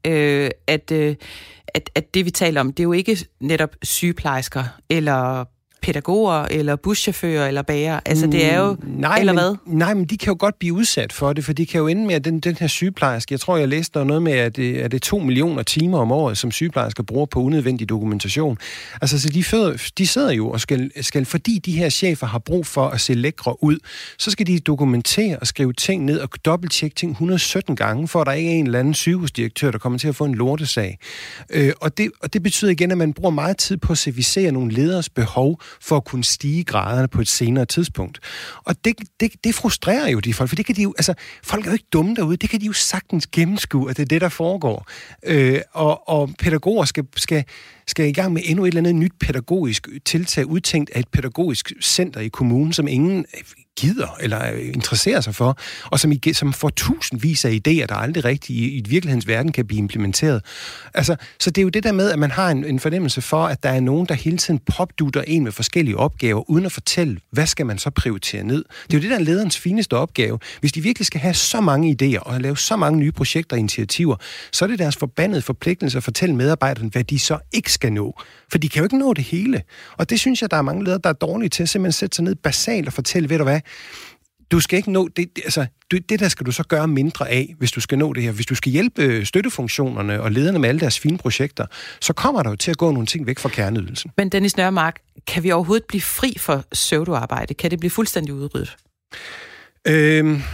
at det, vi taler om, det er jo ikke netop sygeplejersker, eller pædagoger, eller buschauffører, eller bager. Altså, det er jo... hvad? Nej, men de kan jo godt blive udsat for det, for de kan jo ende med, at den her sygeplejerske, jeg tror, jeg læste noget med, at det er 2 millioner timer om året, som sygeplejersker bruger på unødvendig dokumentation. Altså, så de sidder jo og skal, fordi de her chefer har brug for at se lækre ud, så skal de dokumentere og skrive ting ned og dobbelttjekke ting 117 gange, for at der ikke er en eller anden sygehusdirektør, der kommer til at få en lortesag. Og det betyder igen, at man bruger meget tid på at servicere nogle leders behov for at kunne stige graderne på et senere tidspunkt. Og det frustrerer jo de folk, for det kan de jo, altså, folk er jo ikke dumme derude, det kan de jo sagtens gennemskue, at det er det, der foregår. Og pædagoger skal i gang med endnu et eller andet nyt pædagogisk tiltag, udtænkt af et pædagogisk center i kommunen, som ingen gider eller interesserer sig for, og som får tusindvis af idéer, der aldrig rigtigt i virkelighedens verden kan blive implementeret. Altså, så det er jo det der med, at man har en fornemmelse for, at der er nogen, der hele tiden popdutter en med forskellige opgaver, uden at fortælle, hvad skal man så prioritere ned. Det er jo det, der er lederens fineste opgave. Hvis de virkelig skal have så mange idéer og lave så mange nye projekter og initiativer, så er det deres forbandede forpligtelse at fortælle medarbejderne, hvad de så ikke skal nå. For de kan jo ikke nå det hele. Og det synes jeg, der er mange ledere, der er dårlige til at simpelthen sætte sig ned basalt og fortælle, ved du hvad, du skal ikke nå det, altså det der skal du så gøre mindre af, hvis du skal nå det her. Hvis du skal hjælpe støttefunktionerne og lederne med alle deres fine projekter, så kommer der jo til at gå nogle ting væk fra kerneydelsen. Men Dennis Nørmark, kan vi overhovedet blive fri for pseudoarbejde? Kan det blive fuldstændig udryddet?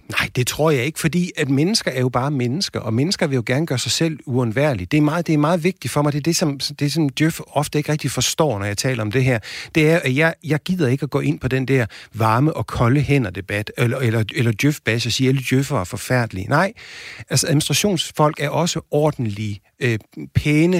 Nej, det tror jeg ikke, fordi at mennesker er jo bare mennesker, og mennesker vil jo gerne gøre sig selv uundværlige. Det er meget vigtigt for mig. Det er det, som Djøf ofte ikke rigtig forstår, når jeg taler om det her. Det er, at jeg gider ikke at gå ind på den der varme og kolde hænder-debat, eller Djøf-bash og sige, at alle Djøffer er forfærdelige. Nej, altså administrationsfolk er også ordentlige, pæne,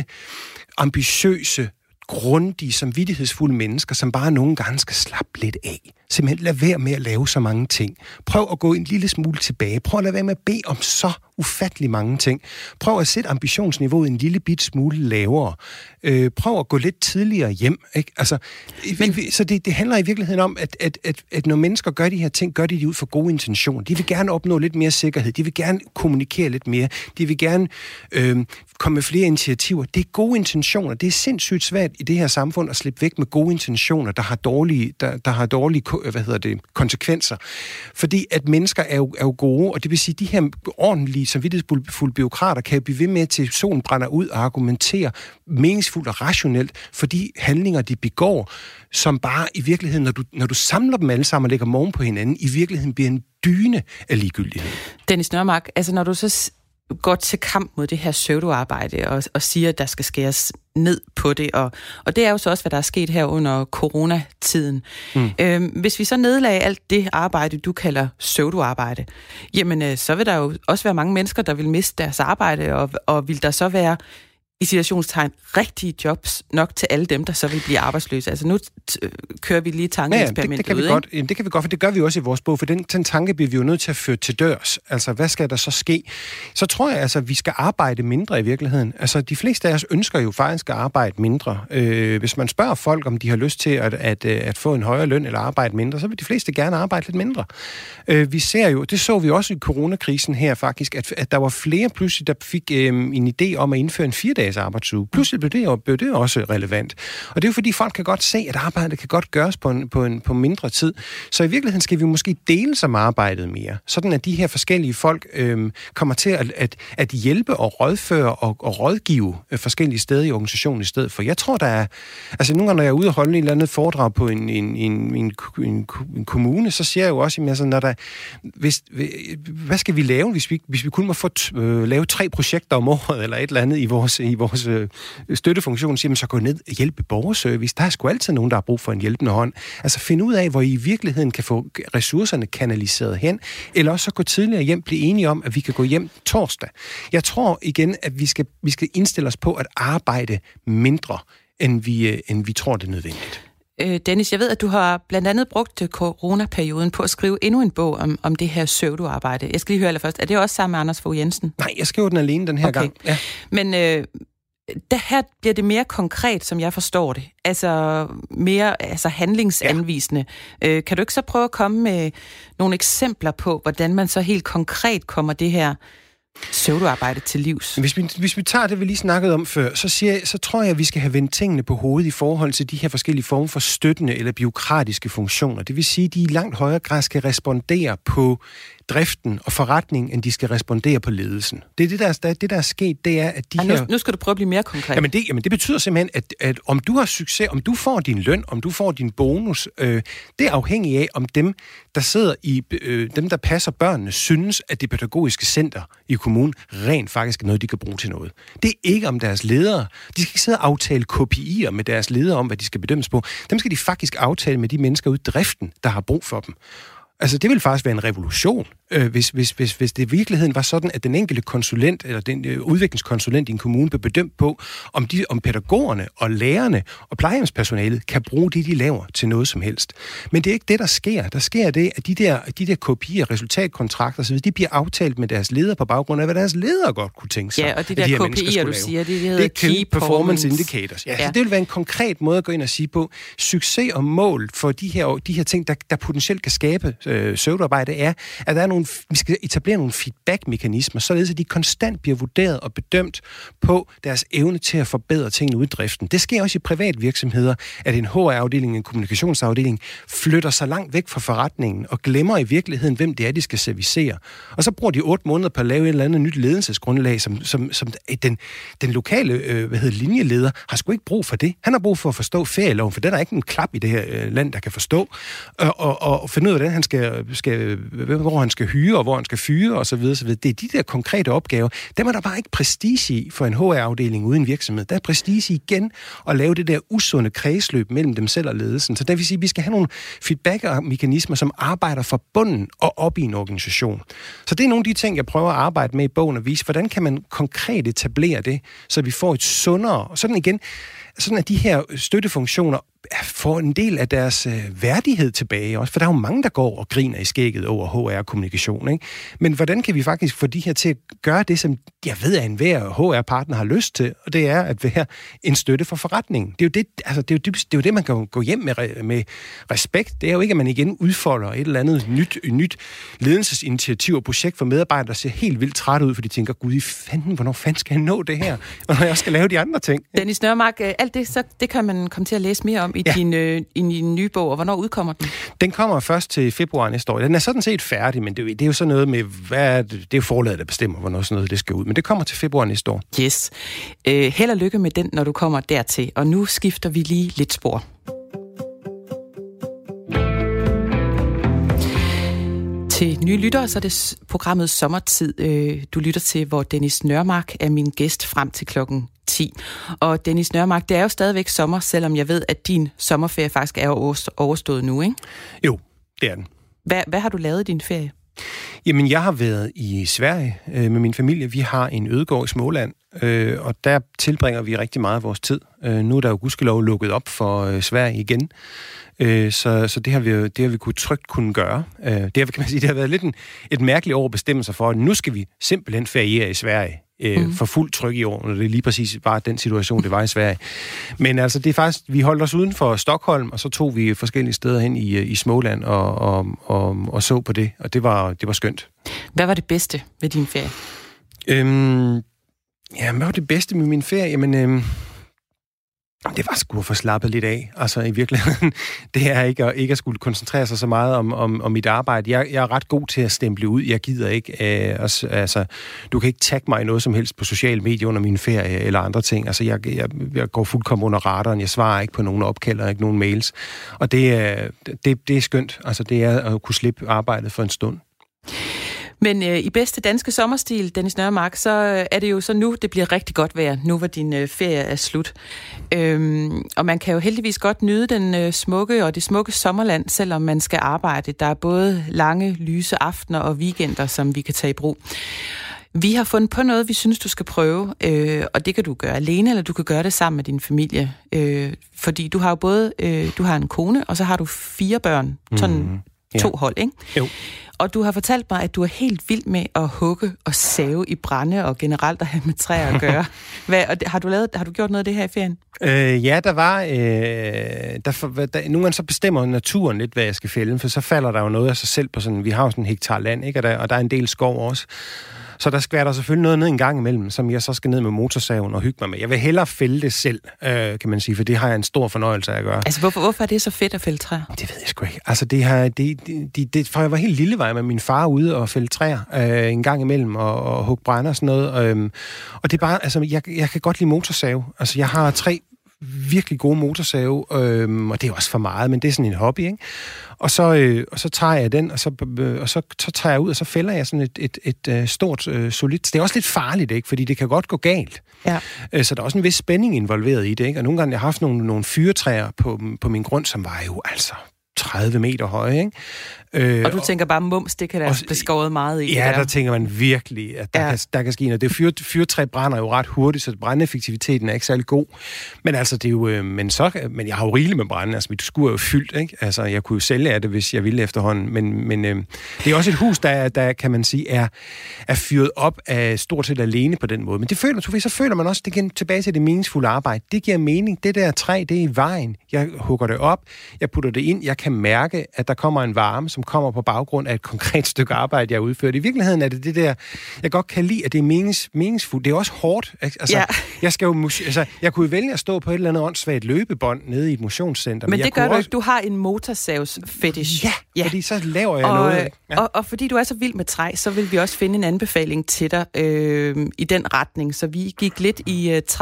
ambitiøse, grundige, samvittighedsfulde mennesker, som bare nogle gange skal slappe lidt af. Simpelthen lad være med at lave så mange ting. Prøv at gå en lille smule tilbage. Prøv at lade være med at bede om så ufattelig mange ting. Prøv at sætte ambitionsniveauet en lille bit smule lavere. Prøv at gå lidt tidligere hjem. Ikke? Altså, så det handler i virkeligheden om, at når mennesker gør de her ting, gør de ud for gode intentioner. De vil gerne opnå lidt mere sikkerhed. De vil gerne kommunikere lidt mere. De vil gerne komme med flere initiativer. Det er gode intentioner. Det er sindssygt svært i det her samfund at slippe væk med gode intentioner, der har dårlige konsekvenser. Fordi at mennesker er jo gode, og det vil sige, at de her ordentlige, samvittighedsfulde bureaukrater kan jo blive ved med til solen brænder ud og argumentere meningsfuldt og rationelt for de handlinger, de begår, som bare i virkeligheden, når du samler dem alle sammen og lægger morgen på hinanden, i virkeligheden bliver en dyne af ligegyldighed. Dennis Nørmark, altså når du så går til kamp mod det her pseudoarbejde og siger, at der skal skæres ned på det, og det er jo så også, hvad der er sket her under coronatiden. Hvis vi så nedlagde alt det arbejde, du kalder pseudoarbejde, jamen så vil der jo også være mange mennesker, der vil miste deres arbejde, og vil der så være i situationstegn rigtige jobs nok til alle dem, der så vil blive arbejdsløse. Altså nu kører vi lige tankeeksperimentet ud, ikke? Det kan vi godt, for det gør vi også i vores bog, for den tanke bliver vi jo nødt til at føre til dørs. Altså, hvad skal der så ske? Så tror jeg altså, at vi skal arbejde mindre i virkeligheden. Altså, de fleste af os ønsker jo faktisk at arbejde mindre. Hvis man spørger folk, om de har lyst til at få en højere løn eller arbejde mindre, så vil de fleste gerne arbejde lidt mindre. Vi ser jo, det så vi også i coronakrisen her faktisk, at der var flere pludselig, der fik en idé om at indføre en 4-dages arbejdsuge. Pludselig blev det også relevant. Og det er jo fordi, folk kan godt se, at arbejdet kan godt gøres på mindre tid. Så i virkeligheden skal vi måske dele som arbejdet mere. Sådan at de her forskellige folk kommer til at hjælpe og rådføre og rådgive forskellige steder i organisationen i stedet for. Jeg tror, der er... Altså nogle gange, når jeg er ude og holde en eller andet foredrag på en kommune, så siger jeg jo også, altså, når der... hvad skal vi lave, hvis vi kun må få lave 3 projekter om året, eller et eller andet i vores støttefunktion, siger man så gå ned og hjælpe borgerservice. Der er sgu altid nogen, der har brug for en hjælpende hånd. Altså finde ud af, hvor I virkeligheden kan få ressourcerne kanaliseret hen, eller også så gå tidligere hjem, blive enige om, at vi kan gå hjem torsdag. Jeg tror igen, at vi skal indstille os på at arbejde mindre, end vi tror, det er nødvendigt. Dennis, jeg ved, at du har blandt andet brugt coronaperioden på at skrive endnu en bog om det her pseudoarbejde. Jeg skal lige høre allerførst, er det også sammen med Anders Fogh Jensen? Nej, jeg skriver den alene den her gang. Ja. Men her bliver det mere konkret, som jeg forstår det. Altså mere handlingsanvisende. Ja. Kan du ikke så prøve at komme med nogle eksempler på, hvordan man så helt konkret kommer det her pseudoarbejde til livs? Hvis vi tager det, vi lige snakkede om før, så tror jeg, at vi skal have vendt tingene på hovedet i forhold til de her forskellige former for støttende eller bureaukratiske funktioner. Det vil sige, at de i langt højere grad skal respondere på driften og forretningen, end de skal respondere på ledelsen. Det der er sket, det er, at Nu skal du prøve at blive mere konkret. Jamen det betyder simpelthen, at om du har succes, om du får din løn, om du får din bonus, det er afhængigt af, om dem, der sidder dem, der passer børnene, synes, at det pædagogiske center i kommunen rent faktisk er noget, de kan bruge til noget. Det er ikke om deres ledere. De skal ikke sidde og aftale kopier med deres ledere om, hvad de skal bedømmes på. Dem skal de faktisk aftale med de mennesker ude i driften, der har brug for dem. Altså, det vil faktisk være en revolution, hvis det i virkeligheden var sådan, at den enkelte konsulent, eller den udviklingskonsulent i en kommune, blev bedømt på, om pædagogerne og lærerne og plejehjemspersonalet kan bruge det, de laver, til noget som helst. Men det er ikke det, der sker. Der sker det, at de der kopier, resultatkontrakter osv., de bliver aftalt med deres ledere på baggrund af, hvad deres ledere godt kunne tænke sig. Ja, og de der kopier, du siger, det hedder Key Performance Indicators. Ja. Så det vil være en konkret måde at gå ind og sige på, succes og mål for de her ting, der potentielt kan skabe pseudoarbejde, er, at vi skal etablere nogle feedback-mekanismer, således at de konstant bliver vurderet og bedømt på deres evne til at forbedre tingene ude i driften. Det sker også i private virksomheder, at en HR-afdeling, en kommunikationsafdeling, flytter sig langt væk fra forretningen og glemmer i virkeligheden, hvem det er, de skal servicere. Og så bruger de 8 måneder på at lave et eller andet nyt ledelsesgrundlag, som den lokale linjeleder har sgu ikke brug for det. Han har brug for at forstå ferieloven, for den er ikke en klap i det her land, der kan forstå, og finde ud af, hvordan hvor han skal skal hyre, og hvor han skal fyre, osv. Det er de der konkrete opgaver. Dem er der bare ikke prestige i for en HR-afdeling uden virksomhed. Der er prestige igen at lave det der usunde kredsløb mellem dem selv og ledelsen. Så det vil sige, at vi skal have nogle feedback-mekanismer, som arbejder fra bunden og op i en organisation. Så det er nogle af de ting, jeg prøver at arbejde med i bogen og vise, hvordan kan man konkret etablere det, så vi får et sundere, og sådan igen, sådan at de her støttefunktioner får en del af deres værdighed tilbage også, for der er jo mange, der går og griner i skægget over HR-kommunikation, ikke? Men hvordan kan vi faktisk få de her til at gøre det, som jeg ved, at enhver HR-partner har lyst til, og det er at være en støtte for forretningen. Det er jo det, altså det er jo det, man kan gå hjem med respekt. Det er jo ikke, at man igen udfolder et eller andet nyt ledelsesinitiativ og projekt for medarbejdere, der ser helt vildt træt ud, for de tænker, gud i fanden, hvornår fanden skal jeg nå det her? Og når jeg skal lave de andre ting. Dennis Nørmark, alt det, så det kan man komme til at læse mere om i din nye bog, og hvornår udkommer den? Den kommer først til februar næste år. Den er sådan set færdig, men det er jo sådan noget med, det er jo forlaget, der bestemmer, hvornår sådan noget det skal ud. Men det kommer til februar næste år. Yes. Held og lykke med den, når du kommer dertil. Og nu skifter vi lige lidt spor. Til nye lyttere, så er det programmet Sommertid, du lytter til, hvor Dennis Nørmark er min gæst frem til klokken 10. Og Dennis Nørmark, det er jo stadigvæk sommer, selvom jeg ved, at din sommerferie faktisk er overstået nu, ikke? Jo, det er den. Hvad har du lavet i din ferie? Jamen, jeg har været i Sverige med min familie. Vi har en ødegård i Småland, og der tilbringer vi rigtig meget af vores tid. Nu er der jo gudskelov lukket op for Sverige igen, så det har vi trygt kunne gøre. Det har været lidt et mærkeligt år at bestemme sig for, at nu skal vi simpelthen feriere i Sverige. For fuld tryk i år, og det er lige præcis bare den situation, det var i Sverige. Men altså, det er faktisk, vi holdt os uden for Stockholm, og så tog vi forskellige steder hen i Småland og så på det, og det var skønt. Hvad var det bedste ved din ferie? Hvad var det bedste med min ferie? Jamen, det var sgu at få slappet lidt af. Altså i virkeligheden, det er ikke at skulle koncentrere sig så meget om mit arbejde. Jeg er ret god til at stemple ud. Jeg gider ikke. Altså, du kan ikke tagge mig i noget som helst på sociale medier under min ferie eller andre ting. Altså, jeg går fuldkommen under radaren. Jeg svarer ikke på nogen opkald og ikke nogen mails. Og det er skønt. Altså, det er at kunne slippe arbejdet for en stund. Men i bedste danske sommerstil, Dennis Nørmark, så er det jo så nu, det bliver rigtig godt vejr, nu hvor din ferie er slut. Og man kan jo heldigvis godt nyde den smukke og det smukke sommerland, selvom man skal arbejde. Der er både lange, lyse aftener og weekender, som vi kan tage i brug. Vi har fundet på noget, vi synes, du skal prøve, og det kan du gøre alene, eller du kan gøre det sammen med din familie. Fordi du har jo både du har en kone, og så har du 4 børn, sådan 2 hold, ikke? Jo. Og du har fortalt mig, at du er helt vild med at hugge og save i brænde og generelt at have med træer at gøre. Har du gjort noget af det her i ferien? Ja, der var... nogle gange så bestemmer naturen lidt, hvad jeg skal fælde, for så falder der jo noget af sig selv på sådan... Vi har jo sådan en hektar land, ikke? Og der er en del skov også. Så der skal der selvfølgelig noget ned en gang imellem, som jeg så skal ned med motorsaven og hygge mig med. Jeg vil hellere fælde det selv, kan man sige, for det har jeg en stor fornøjelse af at gøre. Altså, hvorfor er det så fedt at fælde træer? Det ved jeg sgu ikke. Altså, for jeg var helt lille, var jeg med min far ude og fælde træer en gang imellem og hugge brænder og sådan noget. Og det er bare, altså, jeg kan godt lide motorsave. Altså, jeg har 3 virkelig gode motorsave, og det er også for meget, men det er sådan en hobby, ikke? Og så tager jeg den, og så tager jeg ud, og så fælder jeg sådan et stort, solidt... Det er også lidt farligt, ikke? Fordi det kan godt gå galt. Ja. Så der er også en vis spænding involveret i det, ikke? Og nogle gange har jeg haft nogle fyretræer på min grund, som var jo altså 30 meter høje, ikke? Og du tænker bare, mums, det kan der blive skåret meget i. Ja, der tænker man virkelig, at der kan ske noget. Det fyrtræ brænder jo ret hurtigt, så brændeffektiviteten er ikke særlig god. Men altså, det er jo... Men jeg har jo rigeligt med brænde. Altså, mit skur er jo fyldt, ikke? Altså, jeg kunne jo sælge af det, hvis jeg ville efterhånden. Men det er også et hus, der kan man sige, er fyret op af stort set alene på den måde. Men så føler man også, det giver tilbage til det meningsfulde arbejde. Det giver mening. Det der træ, det er i vejen. Jeg hugger det op, jeg putter det ind, jeg kan mærke, at der kommer en varme, som kommer på baggrund af et konkret stykke arbejde, jeg har udført. I virkeligheden er det der, jeg godt kan lide, at det er meningsfuldt. Det er også hårdt. Altså, jeg kunne vælge at stå på et eller andet åndssvagt løbebånd nede i et motionscenter. Men det gør du ikke. Du har en motorsavs-fetish. Ja, fordi så laver jeg noget. Ja. Og fordi du er så vild med træ, så vil vi også finde en anbefaling til dig i den retning. Så vi gik lidt i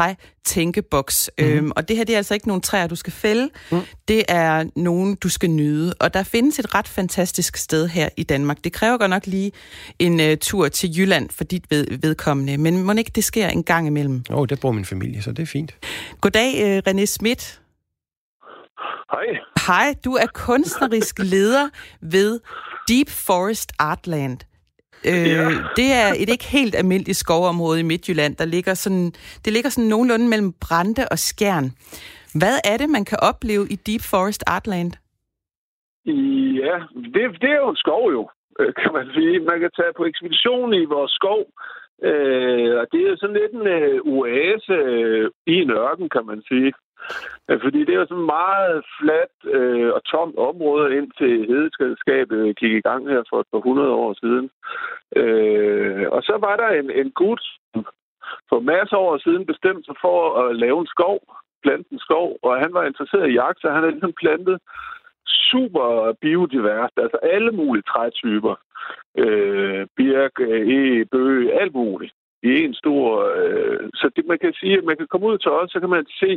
tænkeboks. Og det her, det er altså ikke nogle træer, du skal fælde. Det er nogen, du skal nyde. Og der findes et ret fantastisk sted her i Danmark. Det kræver godt nok lige en tur til Jylland for dit vedkommende. Men må ikke det sker en gang imellem? Der bor min familie, så det er fint. Goddag, René Schmidt. Hej. Hej, du er kunstnerisk leder ved Deep Forest Artland. Det er et ikke helt almindeligt skovområde i Midtjylland, det ligger sådan nogenlunde mellem Brande og Skjern. Hvad er det, man kan opleve i Deep Forest Artland? Ja, det er jo en skov jo, kan man sige. Man kan tage på ekspedition i vores skov, og det er sådan lidt en oase i en ørken, kan man sige. Fordi det er jo sådan meget fladt og tomt område, indtil hedeskabet gik i gang her for et par 100 år siden. Og så var der en gut for masser af år siden bestemt sig for at lave en skov, plante en skov, og han var interesseret i jagt, så han har ligesom plantet super biodivers, altså alle mulige trætyper. Birk, bøge, alt muligt. I en stor... så det, man kan sige, at man kan komme ud til os, så kan man se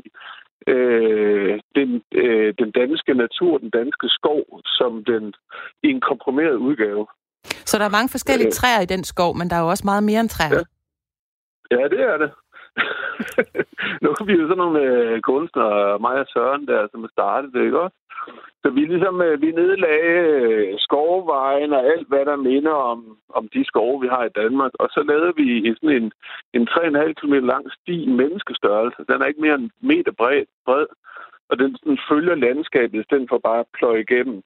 den danske natur, den danske skov, som i en komprimeret udgave. Så der er mange forskellige træer i den skov, men der er jo også meget mere end træer. Ja, det er det. Nu er vi jo sådan nogle kunstnere, mig og Søren der, som har startet det, ikke også? Så vi nedlagde skovvejen og alt, hvad der minder om de skove, vi har i Danmark. Og så lavede vi sådan en 3,5 km lang sti i menneskestørrelse. Den er ikke mere end meter bred, og den følger landskabet, i stedet for bare at pløje igennem.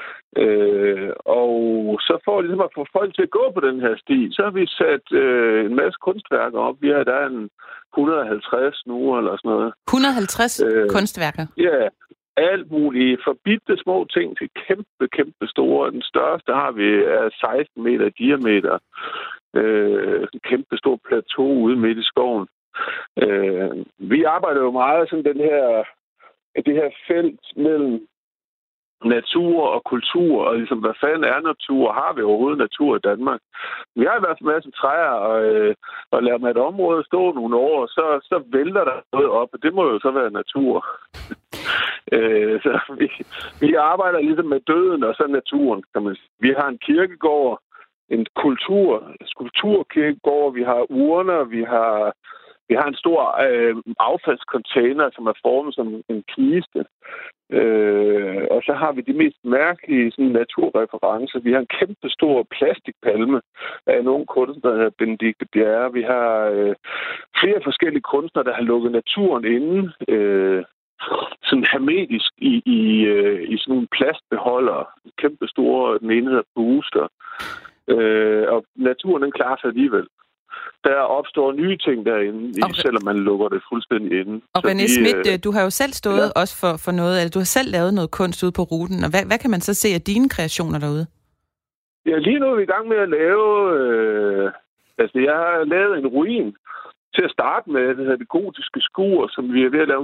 Og så for ligesom at få folk til at gå på den her sti, så har vi sat en masse kunstværker op. Der er en 150 nu, eller sådan noget. 150 kunstværker? Ja, alt muligt. Fra bitte små ting til kæmpe store. Den største har vi er 16 meter i diameter. En kæmpe stor plateau ude midt i skoven. Vi arbejder jo meget sådan det her felt mellem natur og kultur, og ligesom, hvad fanden er natur? Har vi overhovedet natur i Danmark? Vi har i hvert fald en masse træer, og lader man et område stå nogle år, så vælter der noget op, og det må jo så være natur. Så vi arbejder ligesom med døden og så naturen, kan man sige. Vi har en kirkegård, en skulpturkirkegård, vi har urner, vi har en stor affaldscontainer, som er formet som en kiste. Og så har vi de mest mærkelige sådan, naturreferencer. Vi har en kæmpe stor plastikpalme af nogle kunstnere, der hedder Benedikte Bjerre. Vi har flere forskellige kunstnere, der har lukket naturen inde, sådan hermetisk i sådan nogle plastbeholdere. Kæmpe store, den ene hedder Booster. Og naturen, den klarer sig alligevel. Der opstår nye ting derinde, selvom man lukker det fuldstændig inde. Og René Schmidt, du har jo selv stået også for noget, eller du har selv lavet noget kunst ude på ruten, og hvad kan man så se af dine kreationer derude? Ja, lige nu er vi i gang med at lave... jeg har lavet en ruin til at starte med, det hedder Det Gotiske Skur, som vi er ved at lave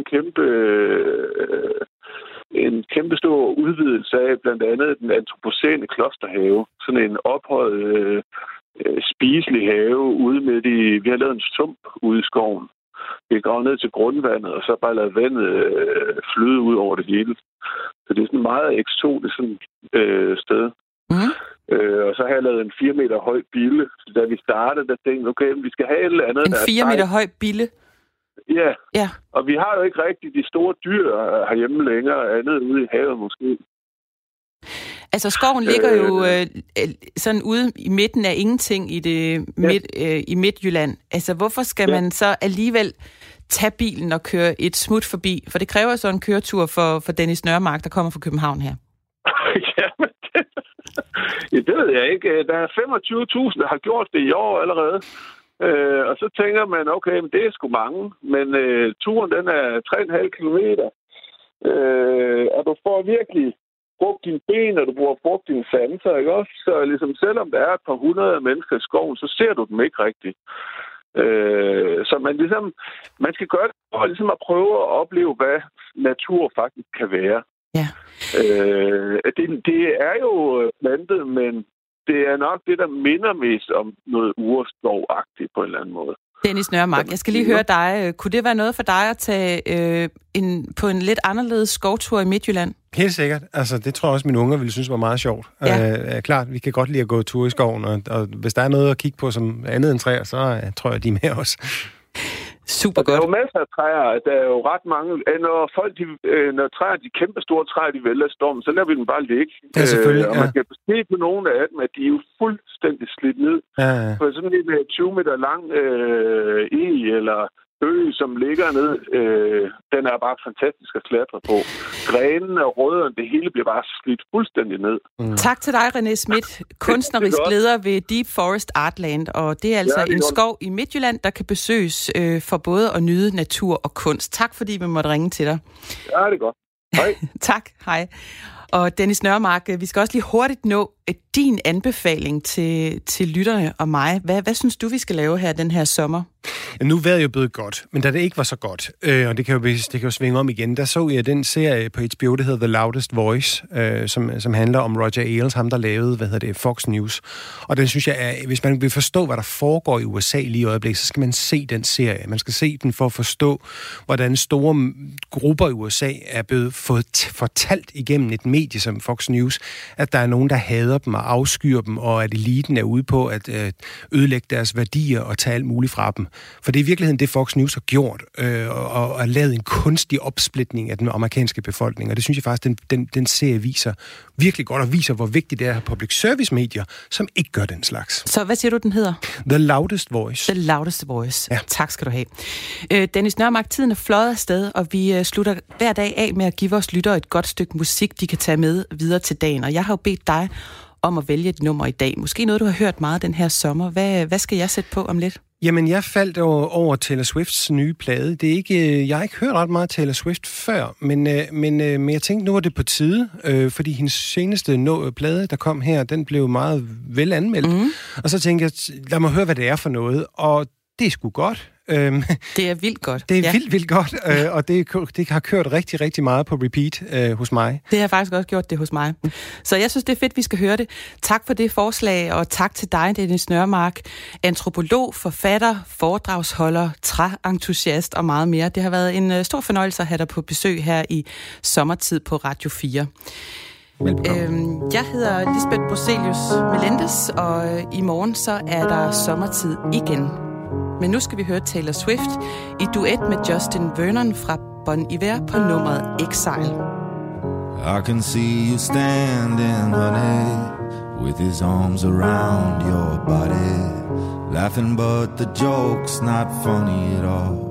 en kæmpe stor udvidelse af, blandt andet den antropocæne klosterhave. Sådan en ophøjet... spiselig have ude midt i... Vi har lavet en sump ude i skoven. Vi har gravet ned til grundvandet, og så bare ladet vandet flyde ud over det hele. Så det er sådan et meget eksotisk sted. Mm. Og så har jeg lavet en 4 meter høj bille. Så da vi startede, der tænkte okay, vi skal have et eller andet... En 4 meter høj bille? Ja. Og vi har jo ikke rigtig de store dyr herhjemme længere, andet ude i havet måske. Altså, skoven ligger jo sådan ude i midten af ingenting i Midtjylland. Altså, hvorfor skal man så alligevel tage bilen og køre et smut forbi? For det kræver så en køretur for Dennis Nørmark, der kommer fra København her. Jamen, det ved jeg ikke. Der er 25.000, der har gjort det i år allerede. Og så tænker man, okay, men det er sgu mange. Men turen, den er 3,5 kilometer. Og du får virkelig brugt dine ben, og du brugt dine sanser, ikke også? Så ligesom, selvom der er et par 100 mennesker i skoven, så ser du dem ikke rigtigt. Så man skal gøre det for ligesom at prøve at opleve, hvad natur faktisk kan være. Ja. Det er jo plantet, men det er nok det, der minder mest om noget urskov-agtigt på en eller anden måde. Dennis Nørremark, jeg skal lige høre dig. Kunne det være noget for dig at tage på en lidt anderledes skovtur i Midtjylland? Helt sikkert. Altså, det tror jeg også, mine unger ville synes var meget sjovt. Ja. Klart, vi kan godt lide at gå tur i skoven, og hvis der er noget at kigge på som andet end træer, så tror jeg, de er med os. Super godt. Der er jo masser af træer. Der er jo ret mange. Når træer, de kæmpe store træer, de vælter stormen, så lader vi dem bare ligge. Ja, selvfølgelig. Og man kan se på nogle af dem, at de er jo fuldstændig slidt ned. Ja. For sådan en 20 meter lang eller som ligger ned, den er bare fantastisk at klatre på. Grenene og rødderne, det hele bliver bare slidt fuldstændig ned. Tak til dig, René Schmidt, kunstnerisk leder ved Deep Forest Artland, og det er altså en skov i Midtjylland, der kan besøges for både at nyde natur og kunst. Tak fordi vi måtte ringe til dig. Ja, det er godt. Hej. Tak, hej. Og Dennis Nørremark, vi skal også lige hurtigt nå din anbefaling til lytterne og mig. Hvad synes du, vi skal lave her den her sommer? Ja, nu var det jo blevet godt, men da det ikke var så godt, og det kan jo svinge om igen, der så jeg den serie på HBO, der hedder The Loudest Voice, som handler om Roger Ailes, ham der lavede, Fox News. Og den synes jeg, hvis man vil forstå, hvad der foregår i USA lige i øjeblikket, så skal man se den serie. Man skal se den for at forstå, hvordan store grupper i USA er blevet fortalt igennem et medie som Fox News, at der er nogen, der hader dem og afskyer dem, og at eliten er ude på at ødelægge deres værdier og tage alt muligt fra dem. For det er i virkeligheden det, Fox News har gjort, og lavet en kunstig opsplitning af den amerikanske befolkning. Og det synes jeg faktisk, den serie viser virkelig godt, og viser, hvor vigtigt det er at have public service medier, som ikke gør den slags. Så hvad siger du, den hedder? The Loudest Voice. The Loudest Voice. Ja. Tak skal du have. Dennis Nørremark, tiden er fløjet afsted, og vi slutter hver dag af med at give vores lyttere et godt stykke musik, de kan tage med videre til dagen. Og jeg har jo bedt dig om at vælge et nummer i dag. Måske noget, du har hørt meget den her sommer. Hvad skal jeg sætte på om lidt? Jamen, jeg faldt over Taylor Swifts nye plade. Det er ikke, jeg har ikke hørt ret meget Taylor Swift før, men jeg tænkte, nu var det på tide, fordi hendes seneste plade, der kom her, den blev meget vel anmeldt. Mm. Og så tænkte jeg, lad mig høre, hvad det er for noget, og det er sgu godt. Det er vildt godt. Det er vildt godt, og det har kørt rigtig, rigtig meget på repeat hos mig. Det har faktisk også gjort det hos mig. Så jeg synes, det er fedt, vi skal høre det. Tak for det forslag, og tak til dig, Dennis Nørremark, antropolog, forfatter, foredragsholder, træentusiast og meget mere. Det har været en stor fornøjelse at have dig på besøg her i sommertid på Radio 4. Jeg hedder Lisbeth Broselius Melendez, og i morgen så er der sommertid igen. Men nu skal vi høre Taylor Swift i duet med Justin Vernon fra Bon Iver på nummeret Exile. I can see you standing, honey, with his arms around your body, laughing but the joke's not funny at all.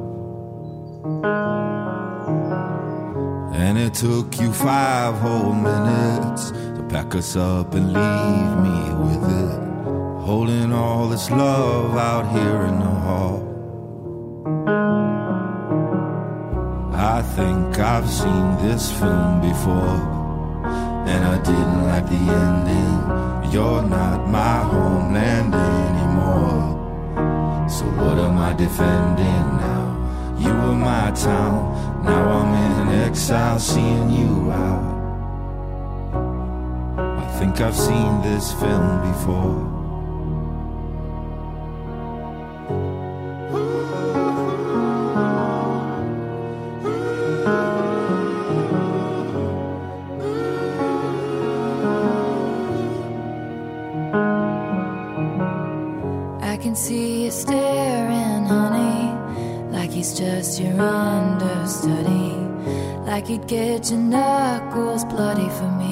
And it took you 5 whole minutes to pack us up and leave me with it, holding all this love out here in the hall. I think I've seen this film before, and I didn't like the ending. You're not my homeland anymore, so what am I defending now? You were my town, now I'm in exile seeing you out. I think I've seen this film before. See you staring, honey, like he's just your understudy, like he'd get your knuckles bloody for me.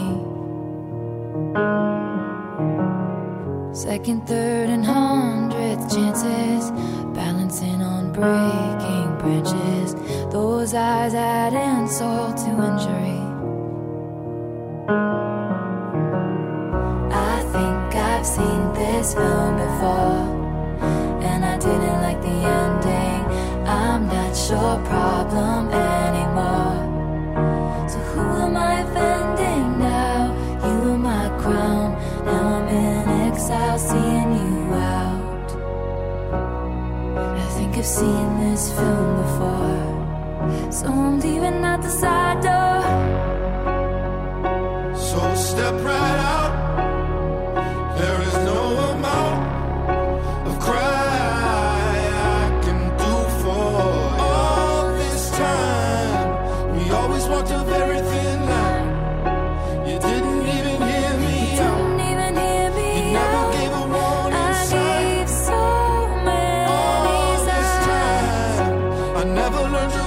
Second, third, and 100th chances, balancing on breaking branches. Those eyes add insult to injury. I think I've seen this film before, and I didn't like the ending. I'm not your problem anymore, so who am I offending now? You were my crown, now I'm in exile seeing you out. I think I've seen this film before, so I'm leaving out the side door. So step right out, there is no amount of cry I can never learned to